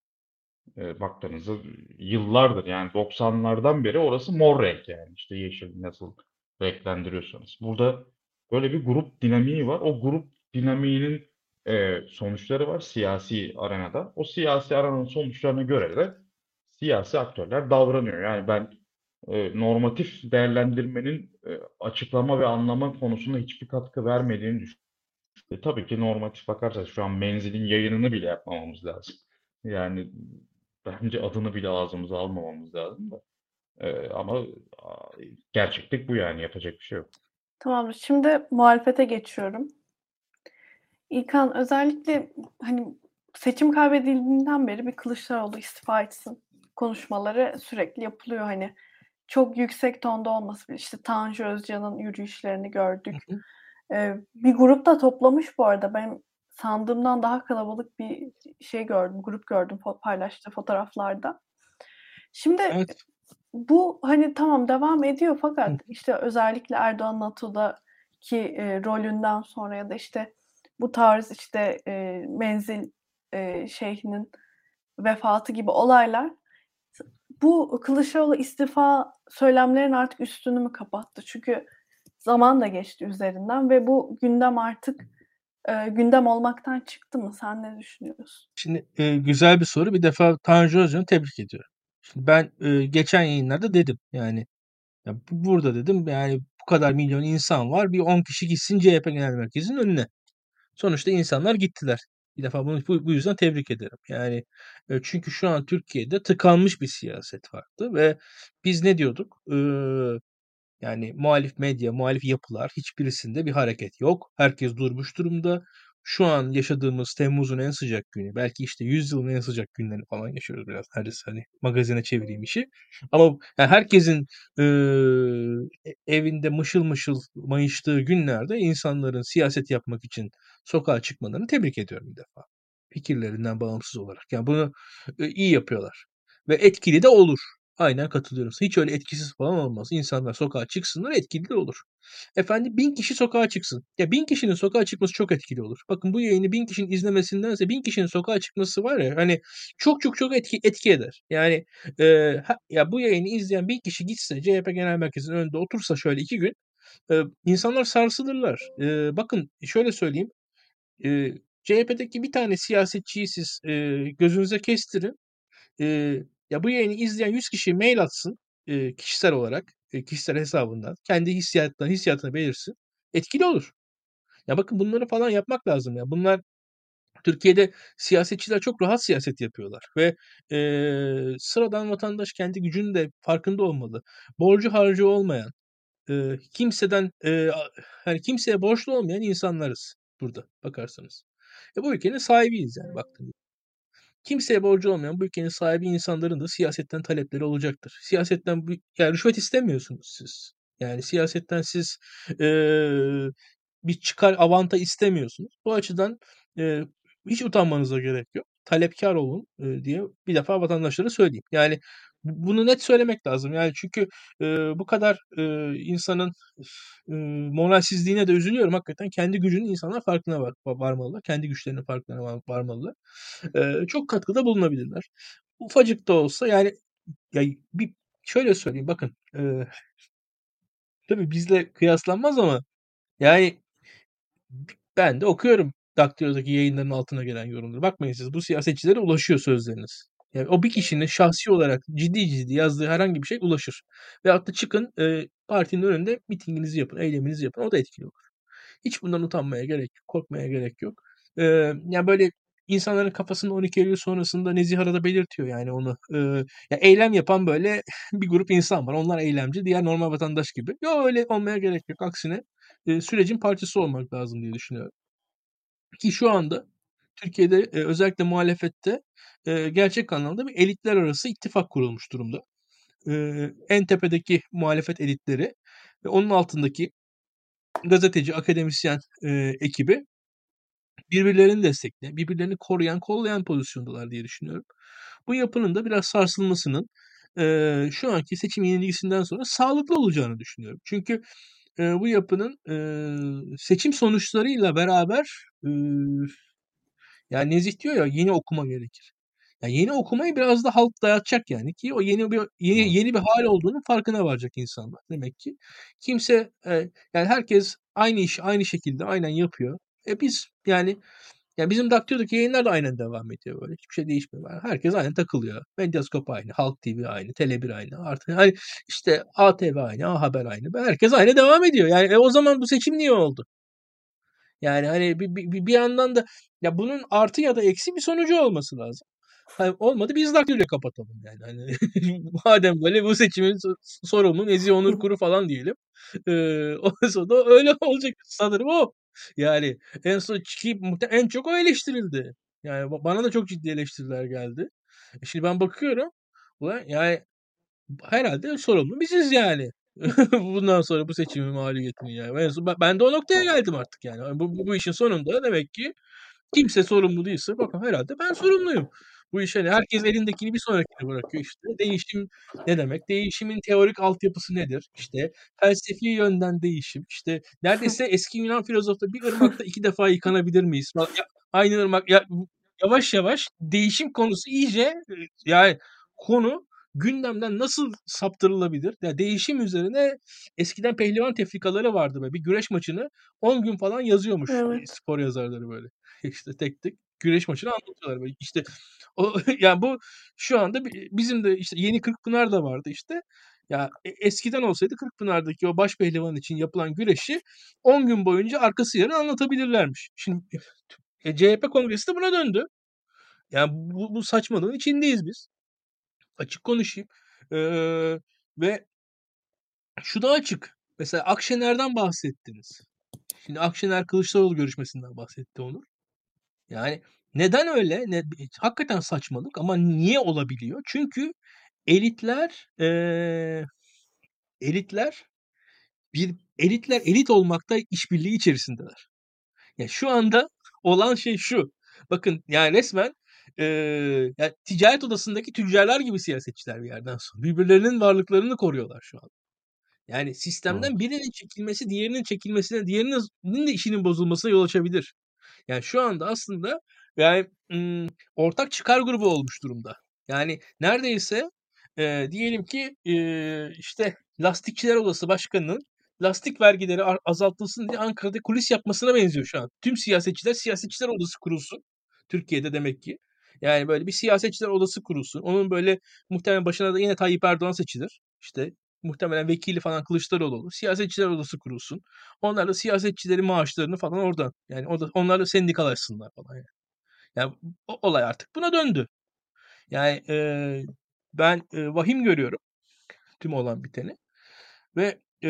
E, baktığınızda yıllardır yani doksanlardan beri orası mor renk yani işte yeşil nasıl renklendiriyorsanız. Burada böyle bir grup dinamiği var. O grup dinamiğinin e, sonuçları var siyasi arenada. O siyasi arenanın sonuçlarına göre de siyasi aktörler davranıyor. Yani ben e, normatif değerlendirmenin e, açıklama ve anlama konusunda hiçbir katkı vermediğini düşünüyorum. E, tabii ki normatif bakarsak şu an menzilin yayınını bile yapmamamız lazım. Yani bence adını bile ağzımıza almamamız lazım da. E, ama a, gerçeklik bu yani yapacak bir şey yok. Tamamdır. Şimdi muhalefete geçiyorum. İlkan özellikle hani seçim kaybedildiğinden beri bir Kılıçdaroğlu istifa etsin konuşmaları sürekli yapılıyor. Hani çok yüksek tonda olması bile. İşte Tanju Özcan'ın yürüyüşlerini Hı gördük. hı. Ee, bir grup da toplamış bu arada. Ben sandığımdan daha kalabalık bir şey gördüm, grup gördüm fo- paylaştığı fotoğraflarda. Şimdi Evet. bu hani tamam devam ediyor Hı fakat hı. işte özellikle Erdoğan NATO'daki e, rolünden sonra ya da işte bu tarz işte e, menzil e, şeyhinin vefatı gibi olaylar bu Kılıçdaroğlu istifa söylemlerin artık üstünü mü kapattı? Çünkü zaman da geçti üzerinden ve bu gündem artık e, gündem olmaktan çıktı mı? Sen ne düşünüyorsun? Şimdi e, güzel bir soru. Bir defa Tanju Özcan'ı tebrik ediyorum. Şimdi ben e, geçen yayınlarda dedim yani ya bu- burada dedim yani bu kadar milyon insan var bir on kişi gitsin C H P Genel Merkezi'nin önüne. Sonuçta insanlar gittiler. Bir defa bunu bu, bu yüzden tebrik ederim. Yani e, çünkü şu an Türkiye'de tıkanmış bir siyaset vardı ve biz ne diyorduk? Ee, yani muhalif medya, muhalif yapılar hiçbirisinde bir hareket yok. Herkes durmuş durumda. Şu an yaşadığımız Temmuz'un en sıcak günü, belki işte yüzyılın en sıcak günlerini falan yaşıyoruz biraz. Neredeyse hani magazine çevireyim işi. Ama yani herkesin eee, evinde mışıl mışıl mayıştığı günlerde insanların siyaset yapmak için sokağa çıkmalarını tebrik ediyorum bir defa. Fikirlerinden bağımsız olarak. Yani bunu e, iyi yapıyorlar. Ve etkili de olur. Aynen katılıyorum. Hiç öyle etkisiz falan olmaz. İnsanlar sokağa çıksınlar, etkili de olur. Efendim bin kişi sokağa çıksın. Ya bin kişinin sokağa çıkması çok etkili olur. Bakın bu yayını bin kişinin izlemesindense bin kişinin sokağa çıkması var ya hani çok çok çok etki, etki eder. Yani e, ha- ya bu yayını izleyen bin kişi gitse C H P Genel Merkezi'nin önünde otursa şöyle iki gün e, insanlar sarsılırlar. E, bakın şöyle söyleyeyim. E, C H P'deki bir tane siyasetçiyi siz e, gözünüze kestirin. Eee, ya bu yayını izleyen yüz kişi mail atsın eee, kişisel olarak, eee, kişisel hesabından. Kendi hissiyatlarını, hissiyatını belirsin. Etkili olur. Ya bakın bunları falan yapmak lazım ya. Bunlar Türkiye'de siyasetçiler çok rahat siyaset yapıyorlar ve eee, sıradan vatandaş kendi gücünün de farkında olmalı. Borcu harcı olmayan, eee, kimseden eee, a- hani kimseye borçlu olmayan insanlarız burada bakarsanız. E bu ülkenin sahibiyiz yani baktığınızda. Kimseye borcu olmayan bu ülkenin sahibi insanların da siyasetten talepleri olacaktır. Siyasetten bu, yani rüşvet istemiyorsunuz siz. Yani siyasetten siz eee, bir çıkar avanta istemiyorsunuz. Bu açıdan eee, hiç utanmanıza gerek yok. Talepkar olun eee, diye bir defa vatandaşlara söyleyeyim. Yani bu- bunu net söylemek lazım. Yani çünkü eee, bu kadar eee, insanın eee, moralsizliğine de üzülüyorum. Hakikaten kendi gücünün insanlar farkına var, varmalı. Kendi güçlerinin farkına var- varmalı. Eee, çok katkıda bulunabilirler. Ufacık da olsa yani ya bir şöyle söyleyeyim bakın eee, tabii bizle kıyaslanmaz ama yani ben de okuyorum Daktilo'daki yayınların altına gelen yorumları. Bakmayın siz bu siyasetçilere ulaşıyor sözleriniz. Yani o bir kişinin şahsi olarak ciddi ciddi yazdığı herhangi bir şey ulaşır. Ve hatta çıkın eee, partinin önünde mitinginizi yapın, eyleminizi yapın. O da etkili olur. Hiç bundan utanmaya gerek yok, korkmaya gerek yok. Eee, yani böyle insanların kafasında on iki Eylül sonrasında Nezih Arada belirtiyor yani onu. Eee, ya eylem yapan böyle bir grup insan var. Onlar eylemci, diğer normal vatandaş gibi. Yok öyle olmaya gerek yok. Aksine e, sürecin parçası olmak lazım diye düşünüyorum. Ki şu anda Türkiye'de e, özellikle muhalefette e, gerçek anlamda bir elitler arası ittifak kurulmuş durumda. E, en tepedeki muhalefet elitleri ve onun altındaki gazeteci, akademisyen e, ekibi birbirlerini destekleyen, birbirlerini koruyan, kollayan pozisyondalar diye düşünüyorum. Bu yapının da biraz sarsılmasının eee, şu anki seçim yenilgisinden sonra sağlıklı olacağını düşünüyorum. Çünkü eee, bu yapının eee, seçim sonuçlarıyla beraber eee, yani Nezih diyor ya yeni okuma gerekir. Ya yeni okumayı biraz da halk dayatacak yani ki o yeni bir yeni, Evet. yeni bir hal olduğunun farkına varacak insanlar. Demek ki kimse e, yani herkes aynı işi aynı şekilde aynen yapıyor. E biz yani yani bizim Daktilo'daki yayınlar da aynen devam ediyor böyle. Hiçbir şey değişmiyor. Yani herkes aynen takılıyor. Medyaskop aynı, Halk T V aynı, Tele bir aynı. Artık hani işte A T V aynı, A Haber aynı. Herkes aynı devam ediyor. Yani e, o zaman bu seçim niye oldu? Yani hani bir, bir, bir yandan da ya bunun artı ya da eksi bir sonucu olması lazım. Hani olmadı biz Daktilo'yla kapatalım yani. Hani madem böyle bu seçimin so- sorumlu Nezih Onur Kuru falan diyelim. Ee, o sonra öyle olacak sanırım o. Yani en son çıkıp muhte- en çok o eleştirildi. Yani ba- bana da çok ciddi eleştiriler geldi. E şimdi ben bakıyorum. Ulan yani herhalde sorumlu biziz yani. Bundan sonra bu seçimin mağlubiyetini yani. En son- ben ben de o noktaya geldim artık yani. Bu, bu, bu işin sonunda demek ki kimse sorumlu değilse bakın herhalde ben sorumluyum. Bu iş hani herkes elindekini bir sonrakine bırakıyor işte. Değişim ne demek? Değişimin teorik altyapısı nedir? İşte felsefi yönden değişim. İşte neredeyse eski Yunan filozofları bir ırmakta iki defa yıkanabilir miyiz? Falan. Ya, aynı ırmak ya bu- yavaş yavaş değişim konusu iyice e, yani konu gündemden nasıl saptırılabilir? Ya değişim üzerine eskiden pehlivan tefrikaları vardı böyle. Bir güreş maçını on gün falan yazıyormuş e, Evet. spor yazarları böyle. İşte tek tek güreş maçını anlatıyorlar böyle. İşte o yani bu şu anda bi- bizim de işte Yeni Kırkpınar da vardı işte. Ya e- eskiden olsaydı Kırkpınar'daki o baş pehlivan için yapılan güreşi on gün boyunca arkası yarın anlatabilirlermiş. Şimdi E, C H P kongresi de buna döndü. Yani bu, bu saçmalığın içindeyiz biz. Açık konuşayım. Ee, ve şu da açık. Mesela Akşener'den bahsettiniz. Şimdi Akşener Kılıçdaroğlu görüşmesinden bahsetti Onur. Yani neden öyle? Ne, hakikaten saçmalık ama niye olabiliyor? Çünkü elitler eee, elitler bir elitler elit olmakta işbirliği içerisindeler. Ya şu anda olan şey şu. Bakın yani resmen eee, yani ticaret odasındaki tüccarlar gibi siyasetçiler bir yerden sonra. Birbirlerinin varlıklarını koruyorlar şu an. Yani sistemden Evet. birinin çekilmesi diğerinin çekilmesine, diğerinin de işinin bozulmasına yol açabilir. Yani şu anda aslında yani ım, ortak çıkar grubu olmuş durumda. Yani neredeyse e, diyelim ki e, işte Lastikçiler Odası Başkanı'nın lastik vergileri ar- azaltılsın diye Ankara'da kulis yapmasına benziyor şu an. Tüm siyasetçiler siyasetçiler odası kurulsun. Türkiye'de demek ki. Yani böyle bir siyasetçiler odası kurulsun. Onun böyle muhtemelen başına da yine Tayyip Erdoğan seçilir. İşte muhtemelen vekili falan Kılıçdaroğlu olur. Siyasetçiler odası kurulsun. Onlar da siyasetçilerin maaşlarını falan oradan. Yani o da, onlar da sendikalaşsınlar falan. Yani. Yani o olay artık buna döndü. Yani e, ben e, vahim görüyorum tüm olan biteni. Ve e,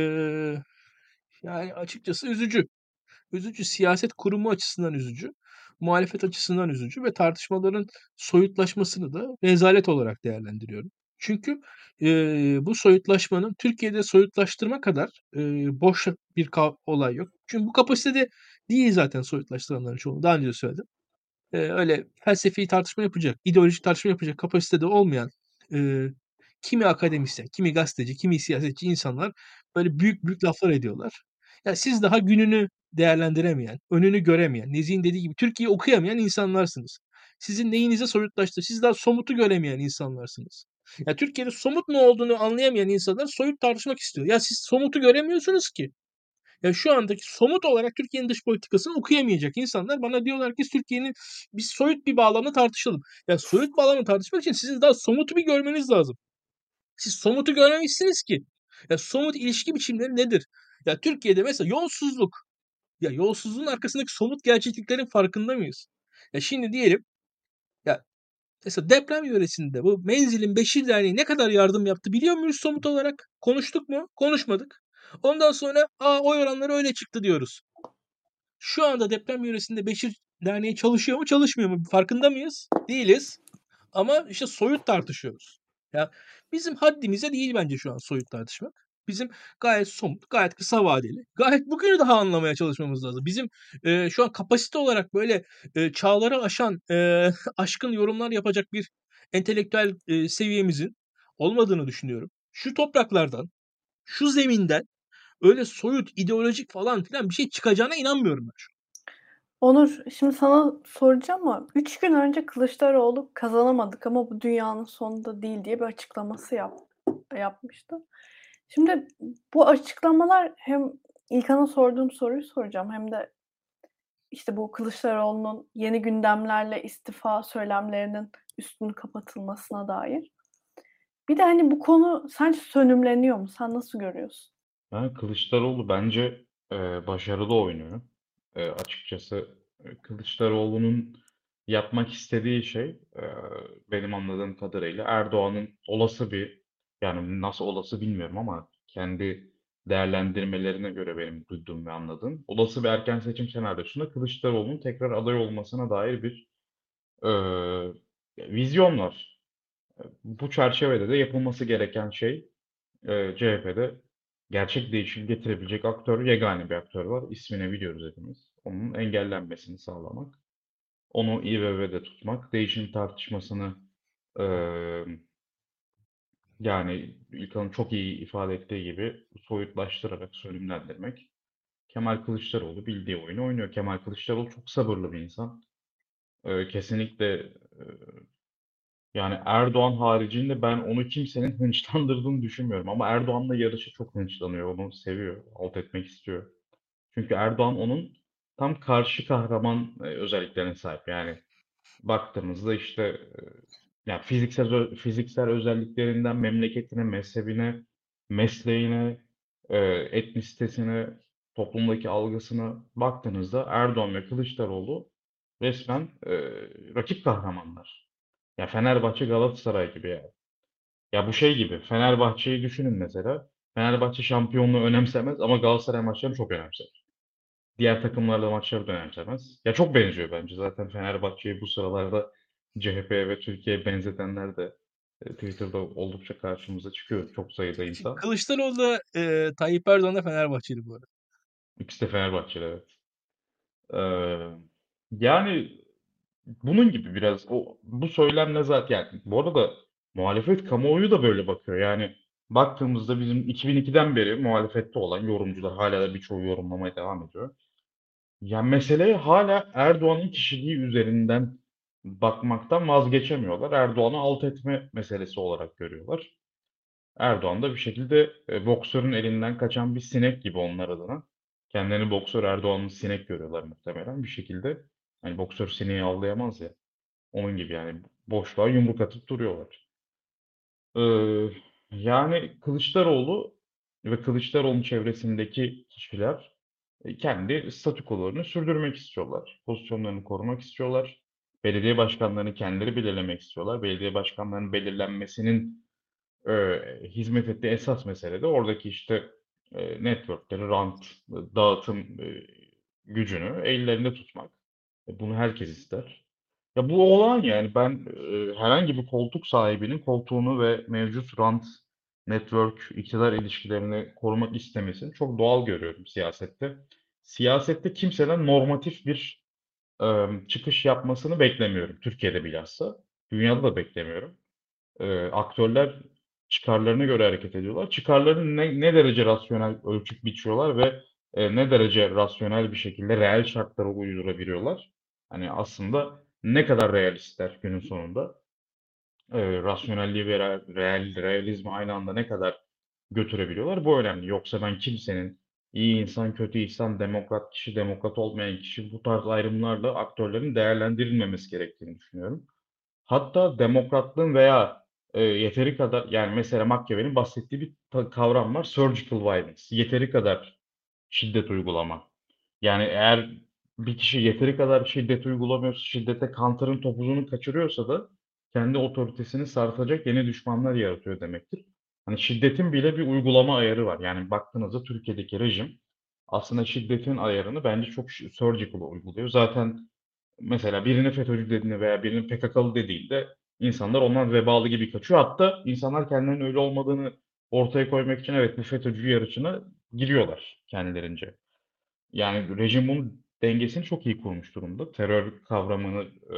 yani açıkçası üzücü. Üzücü. Siyaset kurumu açısından üzücü. Muhalefet açısından üzücü ve tartışmaların soyutlaşmasını da rezalet olarak değerlendiriyorum. Çünkü e, bu soyutlaşmanın Türkiye'de soyutlaştırma kadar e, boş bir ka- olay yok. Çünkü bu kapasitede değil zaten soyutlaştıranların çoğu. Daha önce de söyledim. Ee, öyle felsefi tartışma yapacak, ideolojik tartışma yapacak kapasitede olmayan e, kimi akademisyen, kimi gazeteci, kimi siyasetçi insanlar böyle büyük büyük laflar ediyorlar. Ya siz daha gününü değerlendiremeyen, önünü göremeyen, Nezih'in dediği gibi Türkiye'yi okuyamayan insanlarsınız. Sizin neyinize soyutlaştı? Siz daha somutu göremeyen insanlarsınız. Ya Türkiye'de somut ne olduğunu anlayamayan insanlar soyut tartışmak istiyor. Ya siz somutu göremiyorsunuz ki. Ya şu andaki somut olarak Türkiye'nin dış politikasını okuyamayacak insanlar bana diyorlar ki Türkiye'nin biz soyut bir bağlamda tartışalım. Ya soyut bağlamda tartışmak için sizin daha somutu bir görmeniz lazım. Siz somutu görmemişsiniz ki. Ya somut ilişki biçimleri nedir? Ya Türkiye'de mesela yolsuzluk. Ya yolsuzluğun arkasındaki somut gerçekliklerin farkında mıyız? Ya şimdi diyelim ya mesela deprem yöresinde bu Menzil'in Beşir Derneği ne kadar yardım yaptı biliyor muyuz somut olarak? Konuştuk mu? Konuşmadık. Ondan sonra aa oy oranları öyle çıktı diyoruz. Şu anda deprem yöresinde Beşir Derneği çalışıyor mu çalışmıyor mu farkında mıyız? Değiliz. Ama işte soyut tartışıyoruz. Ya bizim haddimize değil bence şu an soyut tartışmak. Bizim gayet somut, gayet kısa vadeli, gayet bugünü daha anlamaya çalışmamız lazım. Bizim e, şu an kapasite olarak böyle e, çağları aşan, e, aşkın yorumlar yapacak bir entelektüel e, seviyemizin olmadığını düşünüyorum. Şu topraklardan, şu zeminden öyle soyut, ideolojik falan filan bir şey çıkacağına inanmıyorum ben şu an. Onur, şimdi sana soracağım ama üç gün önce Kılıçdaroğlu kazanamadık ama bu dünyanın sonunda değil diye bir açıklaması yap, yapmıştı. Şimdi bu açıklamalar hem İlkan'a sorduğum soruyu soracağım hem de işte bu Kılıçdaroğlu'nun yeni gündemlerle istifa söylemlerinin üstünün kapatılmasına dair. Bir de hani bu konu sence sönümleniyor mu? Sen nasıl görüyorsun? Yani Kılıçdaroğlu bence e, başarılı oynuyor. E, açıkçası e, Kılıçdaroğlu'nun yapmak istediği şey e, benim anladığım kadarıyla Erdoğan'ın olası bir yani nasıl olası bilmiyorum ama kendi değerlendirmelerine göre benim duyduğum ve anladığım olası bir erken seçim senaryosunda Kılıçdaroğlu'nun tekrar aday olmasına dair bir e, vizyon var. Bu çerçevede de yapılması gereken şey e, C H P'de gerçek değişim getirebilecek aktör, yegane bir aktör var. İsmini biliyoruz hepimiz. Onun engellenmesini sağlamak. Onu İBB'de tutmak. Değişim tartışmasını e, yani İlkan'ın çok iyi ifade ettiği gibi soyutlaştırarak sönümlendirmek. Kemal Kılıçdaroğlu bildiği oyunu oynuyor. Kemal Kılıçdaroğlu çok sabırlı bir insan. E, kesinlikle e, yani Erdoğan haricinde ben onu kimsenin hınçlandırdığını düşünmüyorum. Ama Erdoğan'la yarışı çok hınçlanıyor. Onu seviyor, alt etmek istiyor. Çünkü Erdoğan onun tam karşı kahraman e, özelliklerine sahip. Yani baktığımızda işte e, yani fiziksel ö- fiziksel özelliklerinden memleketine, mezhebine, mesleğine, e, etnisitesine, toplumdaki algısına baktığınızda Erdoğan ve Kılıçdaroğlu Resmen e, rakip kahramanlar. Ya Fenerbahçe Galatasaray gibi yani. Ya bu şey gibi. Fenerbahçe'yi düşünün mesela. Fenerbahçe şampiyonluğu önemsemez ama Galatasaray maçlarını çok önemser. Diğer takımlarla maçları da önemsemez. Ya çok benziyor bence. Zaten Fenerbahçe'yi bu sıralarda C H P'ye ve Türkiye'ye benzetenler de e, Twitter'da oldukça karşımıza çıkıyor. Çok sayıda Şimdi insan. Kılıçdaroğlu da e, Tayyip Erdoğan da Fenerbahçeli bu arada. İkisi de Fenerbahçeli, evet. Ee, yani bunun gibi biraz o bu söylemle zaten yani bu arada muhalefet kamuoyu da böyle bakıyor. Yani baktığımızda bizim iki bin ikiden beri muhalefette olan yorumcular hala da birçoğu yorumlamaya devam ediyor. Yani meseleye hala Erdoğan'ın kişiliği üzerinden bakmaktan vazgeçemiyorlar. Erdoğan'ı alt etme meselesi olarak görüyorlar. Erdoğan da bir şekilde e, boksörün elinden kaçan bir sinek gibi onlar adına. Kendilerini boksör Erdoğan'ın sinek görüyorlar muhtemelen bir şekilde. Hani boksör sineği avlayamaz ya. Onun gibi yani boşluğa yumruk atıp duruyorlar. Ee, yani Kılıçdaroğlu ve Kılıçdaroğlu'nun çevresindeki kişiler e, kendi statükolarını sürdürmek istiyorlar. Pozisyonlarını korumak istiyorlar. Belediye başkanlarını kendileri belirlemek istiyorlar. Belediye başkanlarının belirlenmesinin e, hizmet ettiği esas mesele de oradaki işte e, networkleri, rant, dağıtım e, gücünü ellerinde tutmak. E, bunu herkes ister. Ya bu olan yani ben e, herhangi bir koltuk sahibinin koltuğunu ve mevcut rant, network, iktidar ilişkilerini korumak istemesini çok doğal görüyorum siyasette. Siyasette kimseden normatif bir e, çıkış yapmasını beklemiyorum. Türkiye'de bilhassa. Dünyada da beklemiyorum. E, aktörler çıkarlarına göre hareket ediyorlar. Çıkarlarını ne, ne derece rasyonel ölçüp biçiyorlar ve e, ne derece rasyonel bir şekilde reel şartlara uydurabiliyorlar. Hani aslında ne kadar realistler günün sonunda. E, rasyonelliği ve re- real, realizmi aynı anda ne kadar götürebiliyorlar. Bu önemli. Yoksa ben kimsenin iyi insan, kötü insan, demokrat kişi, demokrat olmayan kişi bu tarz ayrımlarla aktörlerin değerlendirilmemesi gerektiğini düşünüyorum. Hatta demokratlığın veya e, yeteri kadar yani mesela Machiavelli'nin bahsettiği bir ta- kavram var. Surgical violence. Yeteri kadar şiddet uygulama. Yani eğer bir kişi yeteri kadar şiddet uygulamıyorsa, şiddete kantarın topuzunu kaçırıyorsa da kendi otoritesini sarsacak yeni düşmanlar yaratıyor demektir. Hani şiddetin bile bir uygulama ayarı var. Yani baktığınızda Türkiye'deki rejim aslında şiddetin ayarını bence çok surgical uyguluyor. Zaten mesela birine FETÖ'cü dediğinde veya birinin P K K'lı dediğinde insanlar ondan vebalı gibi kaçıyor. Hatta insanlar kendilerinin öyle olmadığını ortaya koymak için evet bu FETÖ'cü yarışına giriyorlar kendilerince. Yani rejim bunun dengesini çok iyi kurmuş durumda. Terör kavramını e,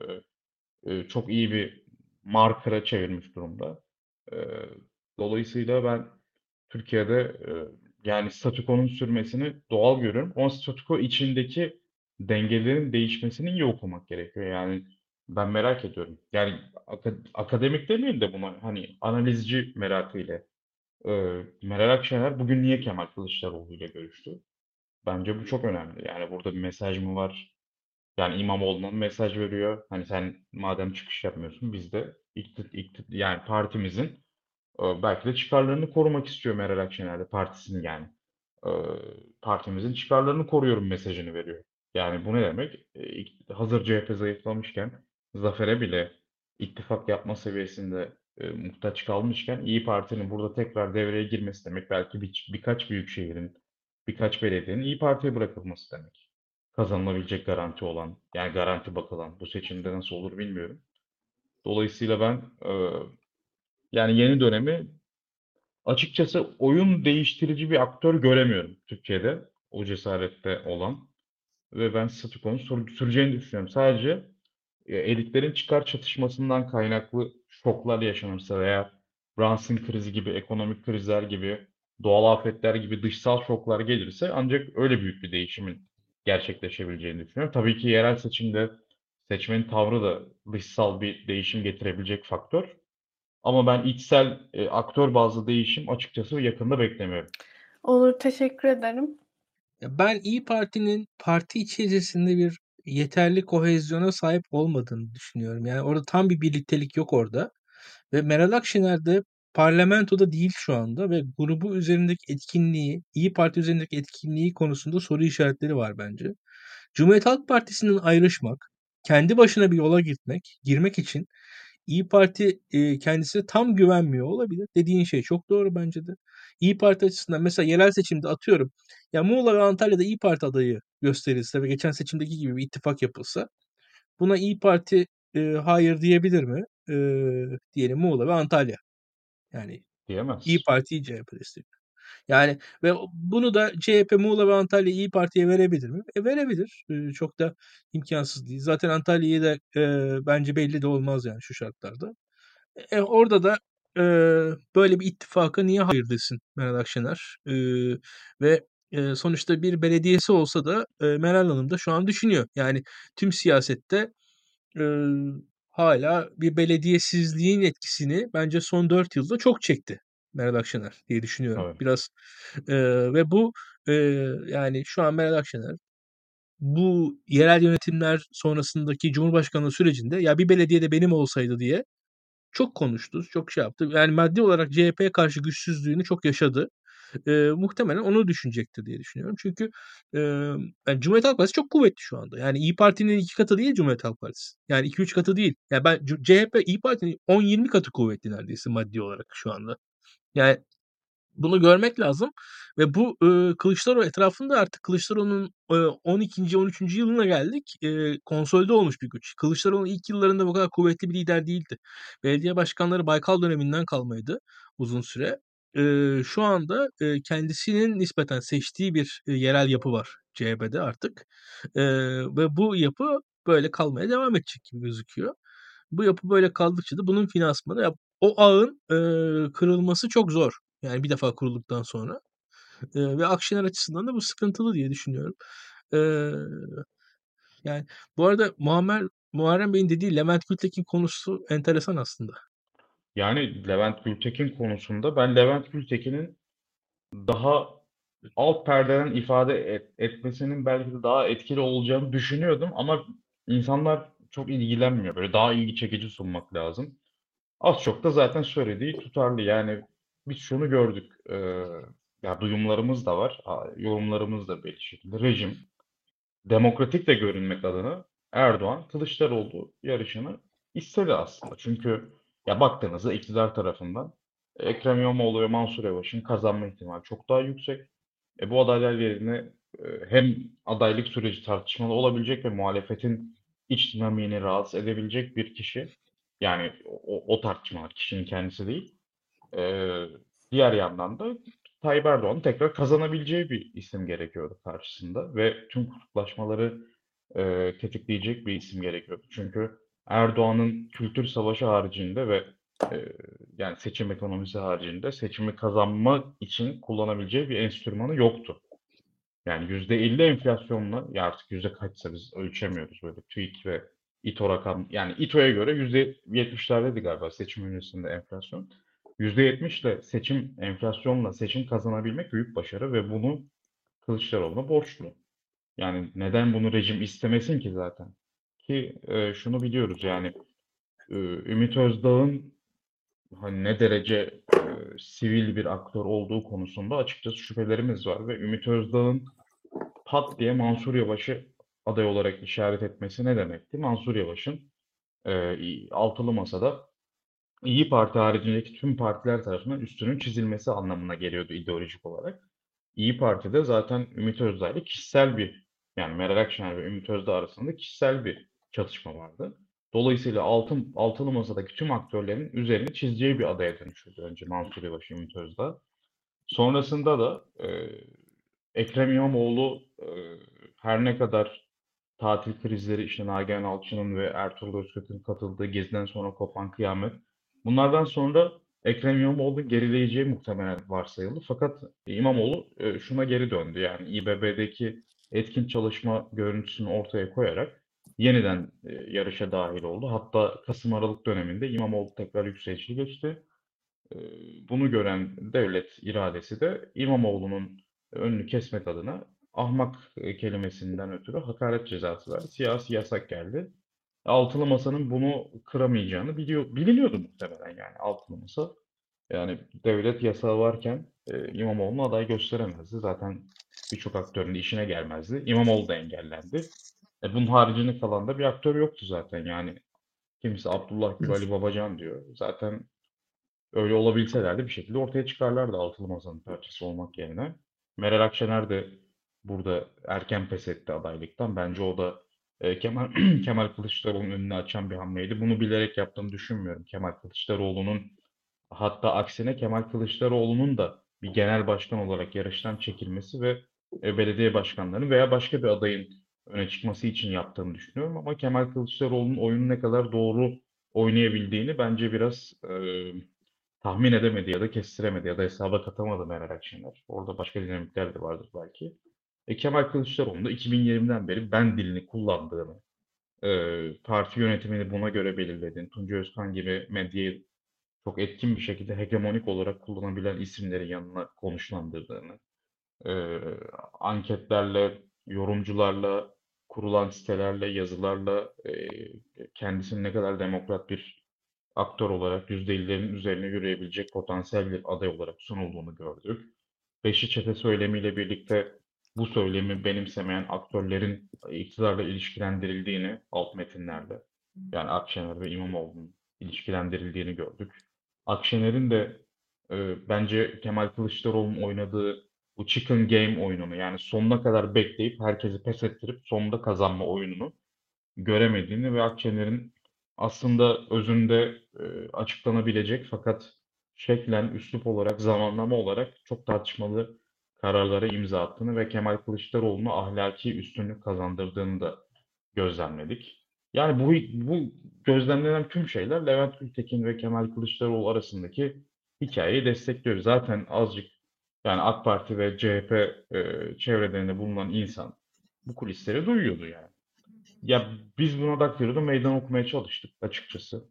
e, çok iyi bir markera çevirmiş durumda. E, dolayısıyla ben Türkiye'de e, yani statükonun sürmesini doğal görüyorum. Ama statüko içindeki dengelerin değişmesini iyi okumak gerekiyor. Yani ben merak ediyorum. Yani aka- akademik demeyin de buna hani analizci merakıyla. E, Meral Akşener bugün niye Kemal Kılıçdaroğlu ile görüştü? Bence bu çok önemli. Yani burada bir mesaj mı var? Yani İmamoğlu'na mesaj veriyor. Hani sen madem çıkış yapmıyorsun biz de iktit, iktit, yani partimizin e, belki de çıkarlarını korumak istiyor Meral Akşener de partisinin yani. E, partimizin çıkarlarını koruyorum mesajını veriyor. Yani bu ne demek? E, ik- hazır C H P zayıflamışken zafere bile ittifak yapma seviyesinde e, muhtaç kalmışken İyi Parti'nin burada tekrar devreye girmesi demek belki bir, birkaç büyük şehrin, birkaç belediyenin İyi Parti'ye bırakılması demek. Kazanılabilecek garanti olan, yani garanti bakılan bu seçimde nasıl olur bilmiyorum. Dolayısıyla ben e, yani yeni dönemi açıkçası oyun değiştirici bir aktör göremiyorum Türkiye'de o cesarette olan ve ben statükonun sür- süreceğini düşünüyorum. Sadece e, elitlerin çıkar çatışmasından kaynaklı şoklar yaşanırsa veya Brunson krizi gibi, ekonomik krizler gibi, doğal afetler gibi dışsal şoklar gelirse ancak öyle büyük bir değişimin gerçekleşebileceğini düşünüyorum. Tabii ki yerel seçimde seçmenin tavrı da dışsal bir değişim getirebilecek faktör. Ama ben içsel e, aktör bazlı değişim açıkçası yakında beklemiyorum. Olur, teşekkür ederim. Ya ben İyi Parti'nin parti içerisinde bir yeterli kohezyona sahip olmadığını düşünüyorum. Yani orada tam bir birliktelik yok orada. Ve Meral Akşener de parlamentoda değil şu anda ve grubu üzerindeki etkinliği, İyi Parti üzerindeki etkinliği konusunda soru işaretleri var bence. Cumhuriyet Halk Partisi'nden ayrışmak, kendi başına bir yola gitmek, girmek için İyi Parti e, kendisine tam güvenmiyor olabilir. Dediğin şey çok doğru bence de. İyi Parti açısından mesela yerel seçimde atıyorum. Ya Muğla ve Antalya'da İyi Parti adayı gösterilse ve geçen seçimdeki gibi bir ittifak yapılsa buna İyi Parti e, hayır diyebilir mi? E, diyelim Muğla ve Antalya. Yani İyi Diyemez. Parti'yi C H P destekliyor. Yani ve bunu da C H P Muğla ve Antalya İyi Parti'ye verebilir mi? E, verebilir. E, çok da imkansız değil. Zaten Antalya'yı da e, bence belli de olmaz yani şu şartlarda. E, orada da e, böyle bir ittifaka niye hayır desin Meral Akşener? E, ve e, sonuçta bir belediyesi olsa da e, Meral Hanım da şu an düşünüyor. Yani tüm siyasette e, hala bir belediyesizliğin etkisini bence son dört yılda çok çekti Meral Akşener diye düşünüyorum. Evet. Biraz e, ve bu e, yani şu an Meral Akşener bu yerel yönetimler sonrasındaki Cumhurbaşkanlığı sürecinde ya bir belediyede benim olsaydı diye çok konuştu, çok şey yaptı. Yani maddi olarak C H P'ye karşı güçsüzlüğünü çok yaşadı. Eee, muhtemelen onu düşünecektir diye düşünüyorum. Çünkü eee, yani Cumhuriyet Halk Partisi çok kuvvetli şu anda. Yani İyi Parti'nin iki katı değil Cumhuriyet Halk Partisi. Yani iki üç katı değil. Yani ben C H P İyi Parti'nin on yirmi katı kuvvetli neredeyse maddi olarak şu anda. Yani bunu görmek lazım ve bu e, Kılıçdaroğlu etrafında artık Kılıçdaroğlu'nun e, on ikinci on üçüncü yılına geldik. E, konsolide olmuş bir güç. Kılıçdaroğlu ilk yıllarında bu kadar kuvvetli bir lider değildi. Belediye başkanları Baykal döneminden kalmaydı uzun süre. E, şu anda e, kendisinin nispeten seçtiği bir e, yerel yapı var C H P'de artık. E, ve bu yapı böyle kalmaya devam edecek gibi gözüküyor. Bu yapı böyle kaldıkça da bunun finansmanı ya o ağın e, kırılması çok zor. Yani bir defa kurulduktan sonra. Eee, ve Akşener açısından da bu sıkıntılı diye düşünüyorum. Eee, yani bu arada Muammer Muharrem Bey'in dediği Levent Gültekin konusu enteresan aslında. Yani Levent Gültekin konusunda ben Levent Gültekin'in daha alt perdeden ifade et- etmesinin belki de daha etkili olacağını düşünüyordum ama insanlar çok ilgilenmiyor. Böyle daha ilgi çekici sunmak lazım. Az çok da zaten söylediği tutarlı. Yani biz şunu gördük. Ee, ya duyumlarımız da var, a- yorumlarımız da belli şekilde. Rejim demokratik de görünmek adına Erdoğan Kılıçdaroğlu yarışını istedi aslında. Çünkü ya baktığınızda iktidar tarafından Ekrem İmamoğlu ve Mansur Yavaş'ın kazanma ihtimali çok daha yüksek. E, bu adaylar yerine e, hem adaylık süreci tartışmalı olabilecek ve muhalefetin iç dinamiğini rahatsız edebilecek bir kişi. Yani o, o tartışmalar kişinin kendisi değil. Ee, diğer yandan da Tayyip Erdoğan'ın tekrar kazanabileceği bir isim gerekiyordu karşısında ve tüm kutuplaşmaları e, tetikleyecek bir isim gerekiyordu. Çünkü Erdoğan'ın kültür savaşı haricinde ve e, yani seçim ekonomisi haricinde seçimi kazanmak için kullanabileceği bir enstrümanı yoktu. Yani yüzde elli enflasyonla ya artık yüzde kaçsa biz ölçemiyoruz böyle TÜİK ve İTO rakam yani İTO'ya göre yüzde yetmişlerdeydi galiba seçim öncesinde enflasyon. yüzde yetmişle seçim enflasyonla seçim kazanabilmek büyük başarı ve bunu Kılıçdaroğlu'na borçlu. Yani neden bunu rejim istemesin ki zaten? Ki e, şunu biliyoruz yani e, Ümit Özdağ'ın hani ne derece e, sivil bir aktör olduğu konusunda açıkçası şüphelerimiz var ve Ümit Özdağ'ın pat diye Mansur Yavaş'ı aday olarak işaret etmesi ne demekti? Mansur Yavaş'ın e, altılı masada İyi Parti haricindeki tüm partiler tarafından üstünün çizilmesi anlamına geliyordu ideolojik olarak. İyi Parti'de zaten Ümit Özdağ ile kişisel bir yani Meral Akşener ve Ümit Özdağ arasında kişisel bir çatışma vardı. Dolayısıyla altın, altılı masadaki tüm aktörlerin üzerine çizeceği bir adaya dönüşürdü önce Mansur Yavaş, Ümit Özdağ. Sonrasında da e, Ekrem İmamoğlu e, her ne kadar tatil krizleri işte Nagihan Alçı'nın ve Ertuğrul Özkök'ün katıldığı Gezi'den sonra kopan kıyamet. Bunlardan sonra Ekrem İmamoğlu gerileyeceği muhtemelen varsayıldı. Fakat İmamoğlu e, şuna geri döndü. Yani İBB'deki etkin çalışma görüntüsünü ortaya koyarak yeniden e, yarışa dahil oldu. Hatta Kasım-Aralık döneminde İmamoğlu tekrar yükselişe geçti. Ee, Bunu gören devlet iradesi de İmamoğlu'nun önünü kesmek adına ahmak e, kelimesinden ötürü hakaret cezası verdi. Siyasi yasak geldi. Altılı Masa'nın bunu kıramayacağını biliyor, biliniyordu muhtemelen yani Altılı Masa. Yani devlet yasağı varken e, İmamoğlu'nu aday gösteremezdi. Zaten Birçok aktörün de işine gelmezdi. İmamoğlu da engellendi. E bunun haricinde kalan da bir aktör yoktu zaten yani. Kimisi Abdullah Gül, Ali Babacan diyor. Zaten öyle olabilselerdi bir şekilde ortaya çıkarlardı altılı masanın parçası olmak yerine. Meral Akşener de burada erken pes etti adaylıktan. Bence o da e, Kemal, Kemal Kılıçdaroğlu'nun önünü açan bir hamleydi. Bunu bilerek yaptığını düşünmüyorum. Kemal Kılıçdaroğlu'nun, hatta aksine Kemal Kılıçdaroğlu'nun da bir genel başkan olarak yarıştan çekilmesi ve e, belediye başkanlarının veya başka bir adayın öne çıkması için yaptığını düşünüyorum. Ama Kemal Kılıçdaroğlu'nun oyunu ne kadar doğru oynayabildiğini bence biraz e, tahmin edemedi ya da kestiremedi ya da hesaba katamadı Meral Akşener. Orada başka dinamikler de vardır belki. E, Kemal Kılıçdaroğlu da iki bin yirmiden beri ben dilini kullandığını, e, parti yönetimini buna göre belirlediğini, Tunca Özkan gibi medyayı çok etkin bir şekilde hegemonik olarak kullanabilen isimleri yanına konuşlandırdığını, e, anketlerle, yorumcularla, kurulan sitelerle, yazılarla e, kendisini ne kadar demokrat bir aktör olarak yüzde ellilerin üzerine yürüyebilecek potansiyel bir aday olarak sunulduğunu gördük. Beşli Çete söylemiyle birlikte bu söylemi benimsemeyen aktörlerin iktidarla ilişkilendirildiğini alt metinlerde, yani Akşener ve İmamoğlu'nun ilişkilendirildiğini gördük. Akşener'in de e, bence Kemal Kılıçdaroğlu'nun oynadığı bu chicken game oyununu, yani sonuna kadar bekleyip herkesi pes ettirip sonunda kazanma oyununu göremediğini ve Akşener'in aslında özünde e, açıklanabilecek fakat şeklen, üslup olarak, zamanlama olarak çok tartışmalı kararlara imza attığını ve Kemal Kılıçdaroğlu'na ahlaki üstünlük kazandırdığını da gözlemledik. Yani bu, bu gözlemlenen tüm şeyler Levent Gültekin ve Kemal Kılıçdaroğlu arasındaki hikayeyi destekliyor. Zaten azıcık, yani AK Parti ve C H P e, çevrelerinde bulunan insan bu kulisleri duyuyordu yani. Ya biz buna Daktilo'da meydan okumaya çalıştık açıkçası.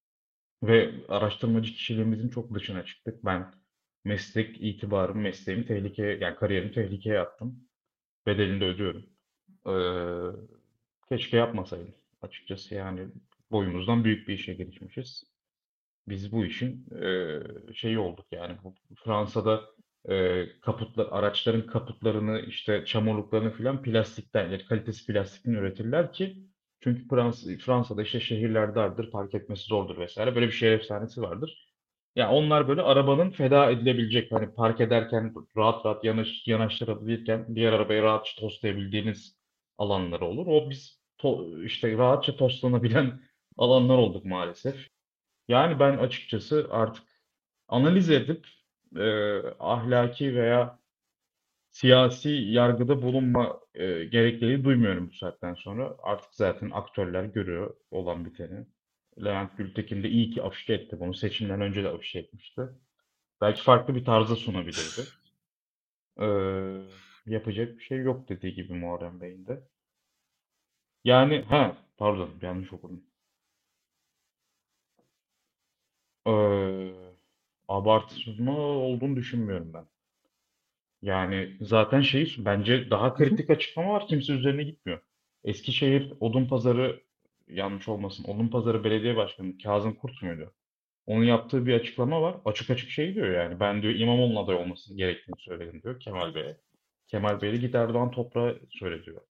Ve araştırmacı kişiliğimizin çok dışına çıktık. Ben meslek itibarımı, mesleğimi tehlikeye, yani kariyerimi tehlikeye attım. Bedelini de ödüyorum. Ee, keşke yapmasaydım açıkçası, yani boyumuzdan büyük bir işe girişmişiz. Biz bu işin e, şeyi olduk yani. Bu Fransa'da e, kaputlar, araçların kaputlarını, işte çamurluklarını filan plastikten, yani kalitesi plastikten üretirler ki, çünkü Frans Fransa'da işte şehirler dardır, park etmesi zordur vesaire. Böyle bir şehir efsanesi vardır. Ya onlar böyle arabanın feda edilebilecek, hani park ederken rahat rahat yanaş, yanaştırabilirken diğer arabayı rahatça toslayabildiğiniz alanları olur. O biz to- işte rahatça toslanabilen alanlar olduk maalesef. Yani ben açıkçası artık analiz edip e, ahlaki veya siyasi yargıda bulunma e, gerekliliği duymuyorum bu saatten sonra. Artık zaten aktörler görüyor olan biteni. Levent Gültekin de iyi ki afişe etti bunu. Seçimden önce de afişe etmişti. Belki farklı bir tarzda sunabilirdi. Ee, yapacak bir şey yok dediği gibi Muharrem Bey'in de. Yani ha pardon, yanlış okudum. Ee, abartma olduğunu düşünmüyorum ben. Yani zaten şey, bence daha Hı hı. kritik açıklama var. Kimse üzerine gitmiyor. Eskişehir Odunpazarı, yanlış olmasın, Odunpazarı Belediye Başkanı Kazım Kurt muydu? Onun yaptığı bir açıklama var. Açık açık şey diyor yani. Ben diyor İmamoğlu'nun aday olması gerektiğini söyledim diyor Kemal Bey'e. Kemal Bey de git Erdoğan Toprak'a söyle diyor.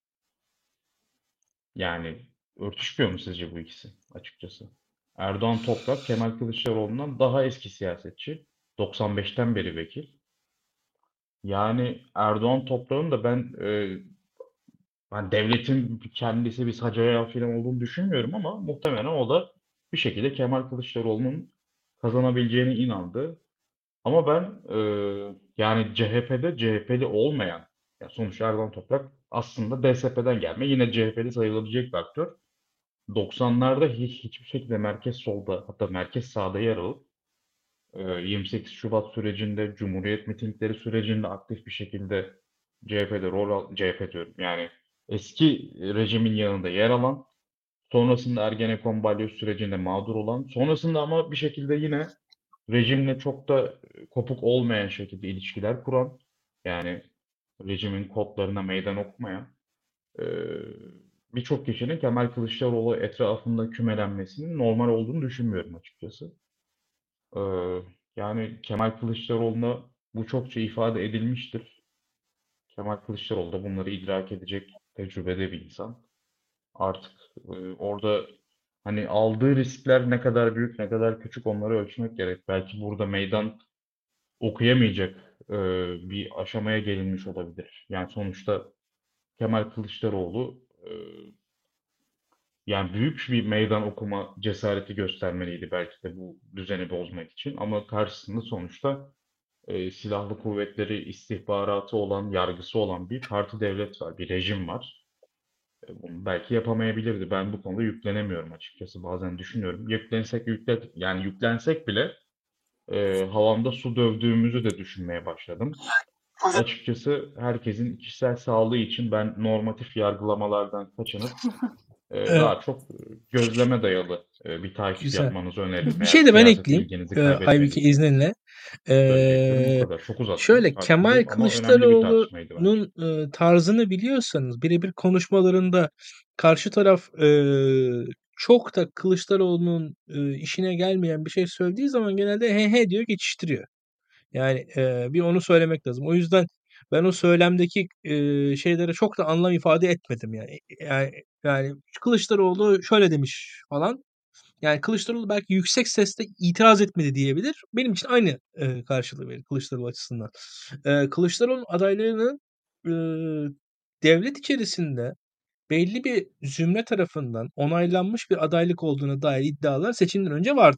Yani örtüşmüyor mu sizce bu ikisi açıkçası? Erdoğan Toprak Kemal Kılıçdaroğlu'ndan daha eski siyasetçi. doksan beşten beri vekil. Yani Erdoğan Toprak'ın da ben e, ben devletin kendisi bir sacaya falan olduğunu düşünmüyorum ama muhtemelen o da bir şekilde Kemal Kılıçdaroğlu'nun kazanabileceğine inandı. Ama ben e, yani C H P'de C H P'li olmayan, ya sonuçta Erdoğan Toprak aslında D S P'den gelme, yine C H P'li sayılabilecek bir aktör. doksanlarda hiç, hiçbir şekilde merkez solda, hatta merkez sağda yer alıp e, yirmi sekiz Şubat sürecinde, Cumhuriyet mitingleri sürecinde aktif bir şekilde C H P'de rol al, C H P diyorum yani, eski rejimin yanında yer alan, sonrasında Ergenekon balyoz sürecinde mağdur olan, sonrasında ama bir şekilde yine rejimle çok da kopuk olmayan şekilde ilişkiler kuran, yani rejimin kodlarına meydan okumayan e, birçok kişinin Kemal Kılıçdaroğlu etrafında kümelenmesinin normal olduğunu düşünmüyorum açıkçası. Ee, yani Kemal Kılıçdaroğlu'na bu çokça ifade edilmiştir. Kemal Kılıçdaroğlu da bunları idrak edecek tecrübede bir insan. Artık e, orada hani aldığı riskler ne kadar büyük ne kadar küçük onları ölçmek gerek. Belki burada meydan okuyamayacak e, bir aşamaya gelinmiş olabilir. Yani sonuçta Kemal Kılıçdaroğlu e, yani büyük bir meydan okuma cesareti göstermeliydi belki de bu düzeni bozmak için. Ama karşısında sonuçta e, silahlı kuvvetleri istihbaratı olan, yargısı olan bir parti devlet var, bir rejim var. E, Bunu belki yapamayabilirdi. Ben bu konuda yüklenemiyorum açıkçası. Bazen düşünüyorum. Yüklensek yükle, yani yüklensek bile e, havamda su dövdüğümüzü de düşünmeye başladım. Açıkçası herkesin kişisel sağlığı için ben normatif yargılamalardan kaçınıp e, Ee, daha çok e, gözleme dayalı e, bir takip güzel. yapmanızı öneririm Bir eğer şey de ben siyasete ekleyeyim. ilginizi Ee, Aybüke kaybetmediyseniz. izninle. Söyleyeceklerim bu Ee, kadar. Çok uzattım şöyle Kemal farkındayım ama önemli bir tartışmaydı bence. Kılıçdaroğlu'nun e, tarzını biliyorsanız birebir konuşmalarında karşı taraf e, çok da Kılıçdaroğlu'nun e, işine gelmeyen bir şey söylediği zaman genelde he he diyor, geçiştiriyor. Yani e, bir onu söylemek lazım. O yüzden ben o söylemdeki e, şeylere çok da anlam ifade etmedim yani. Yani, yani Kılıçdaroğlu şöyle demiş falan. Yani Kılıçdaroğlu belki yüksek sesle itiraz etmedi diyebilir. Benim için aynı e, karşılığı verir Kılıçdaroğlu açısından. E, Kılıçdaroğlu'nun adaylarının e, devlet içerisinde belli bir zümre tarafından onaylanmış bir adaylık olduğuna dair iddialar seçimden önce vardı.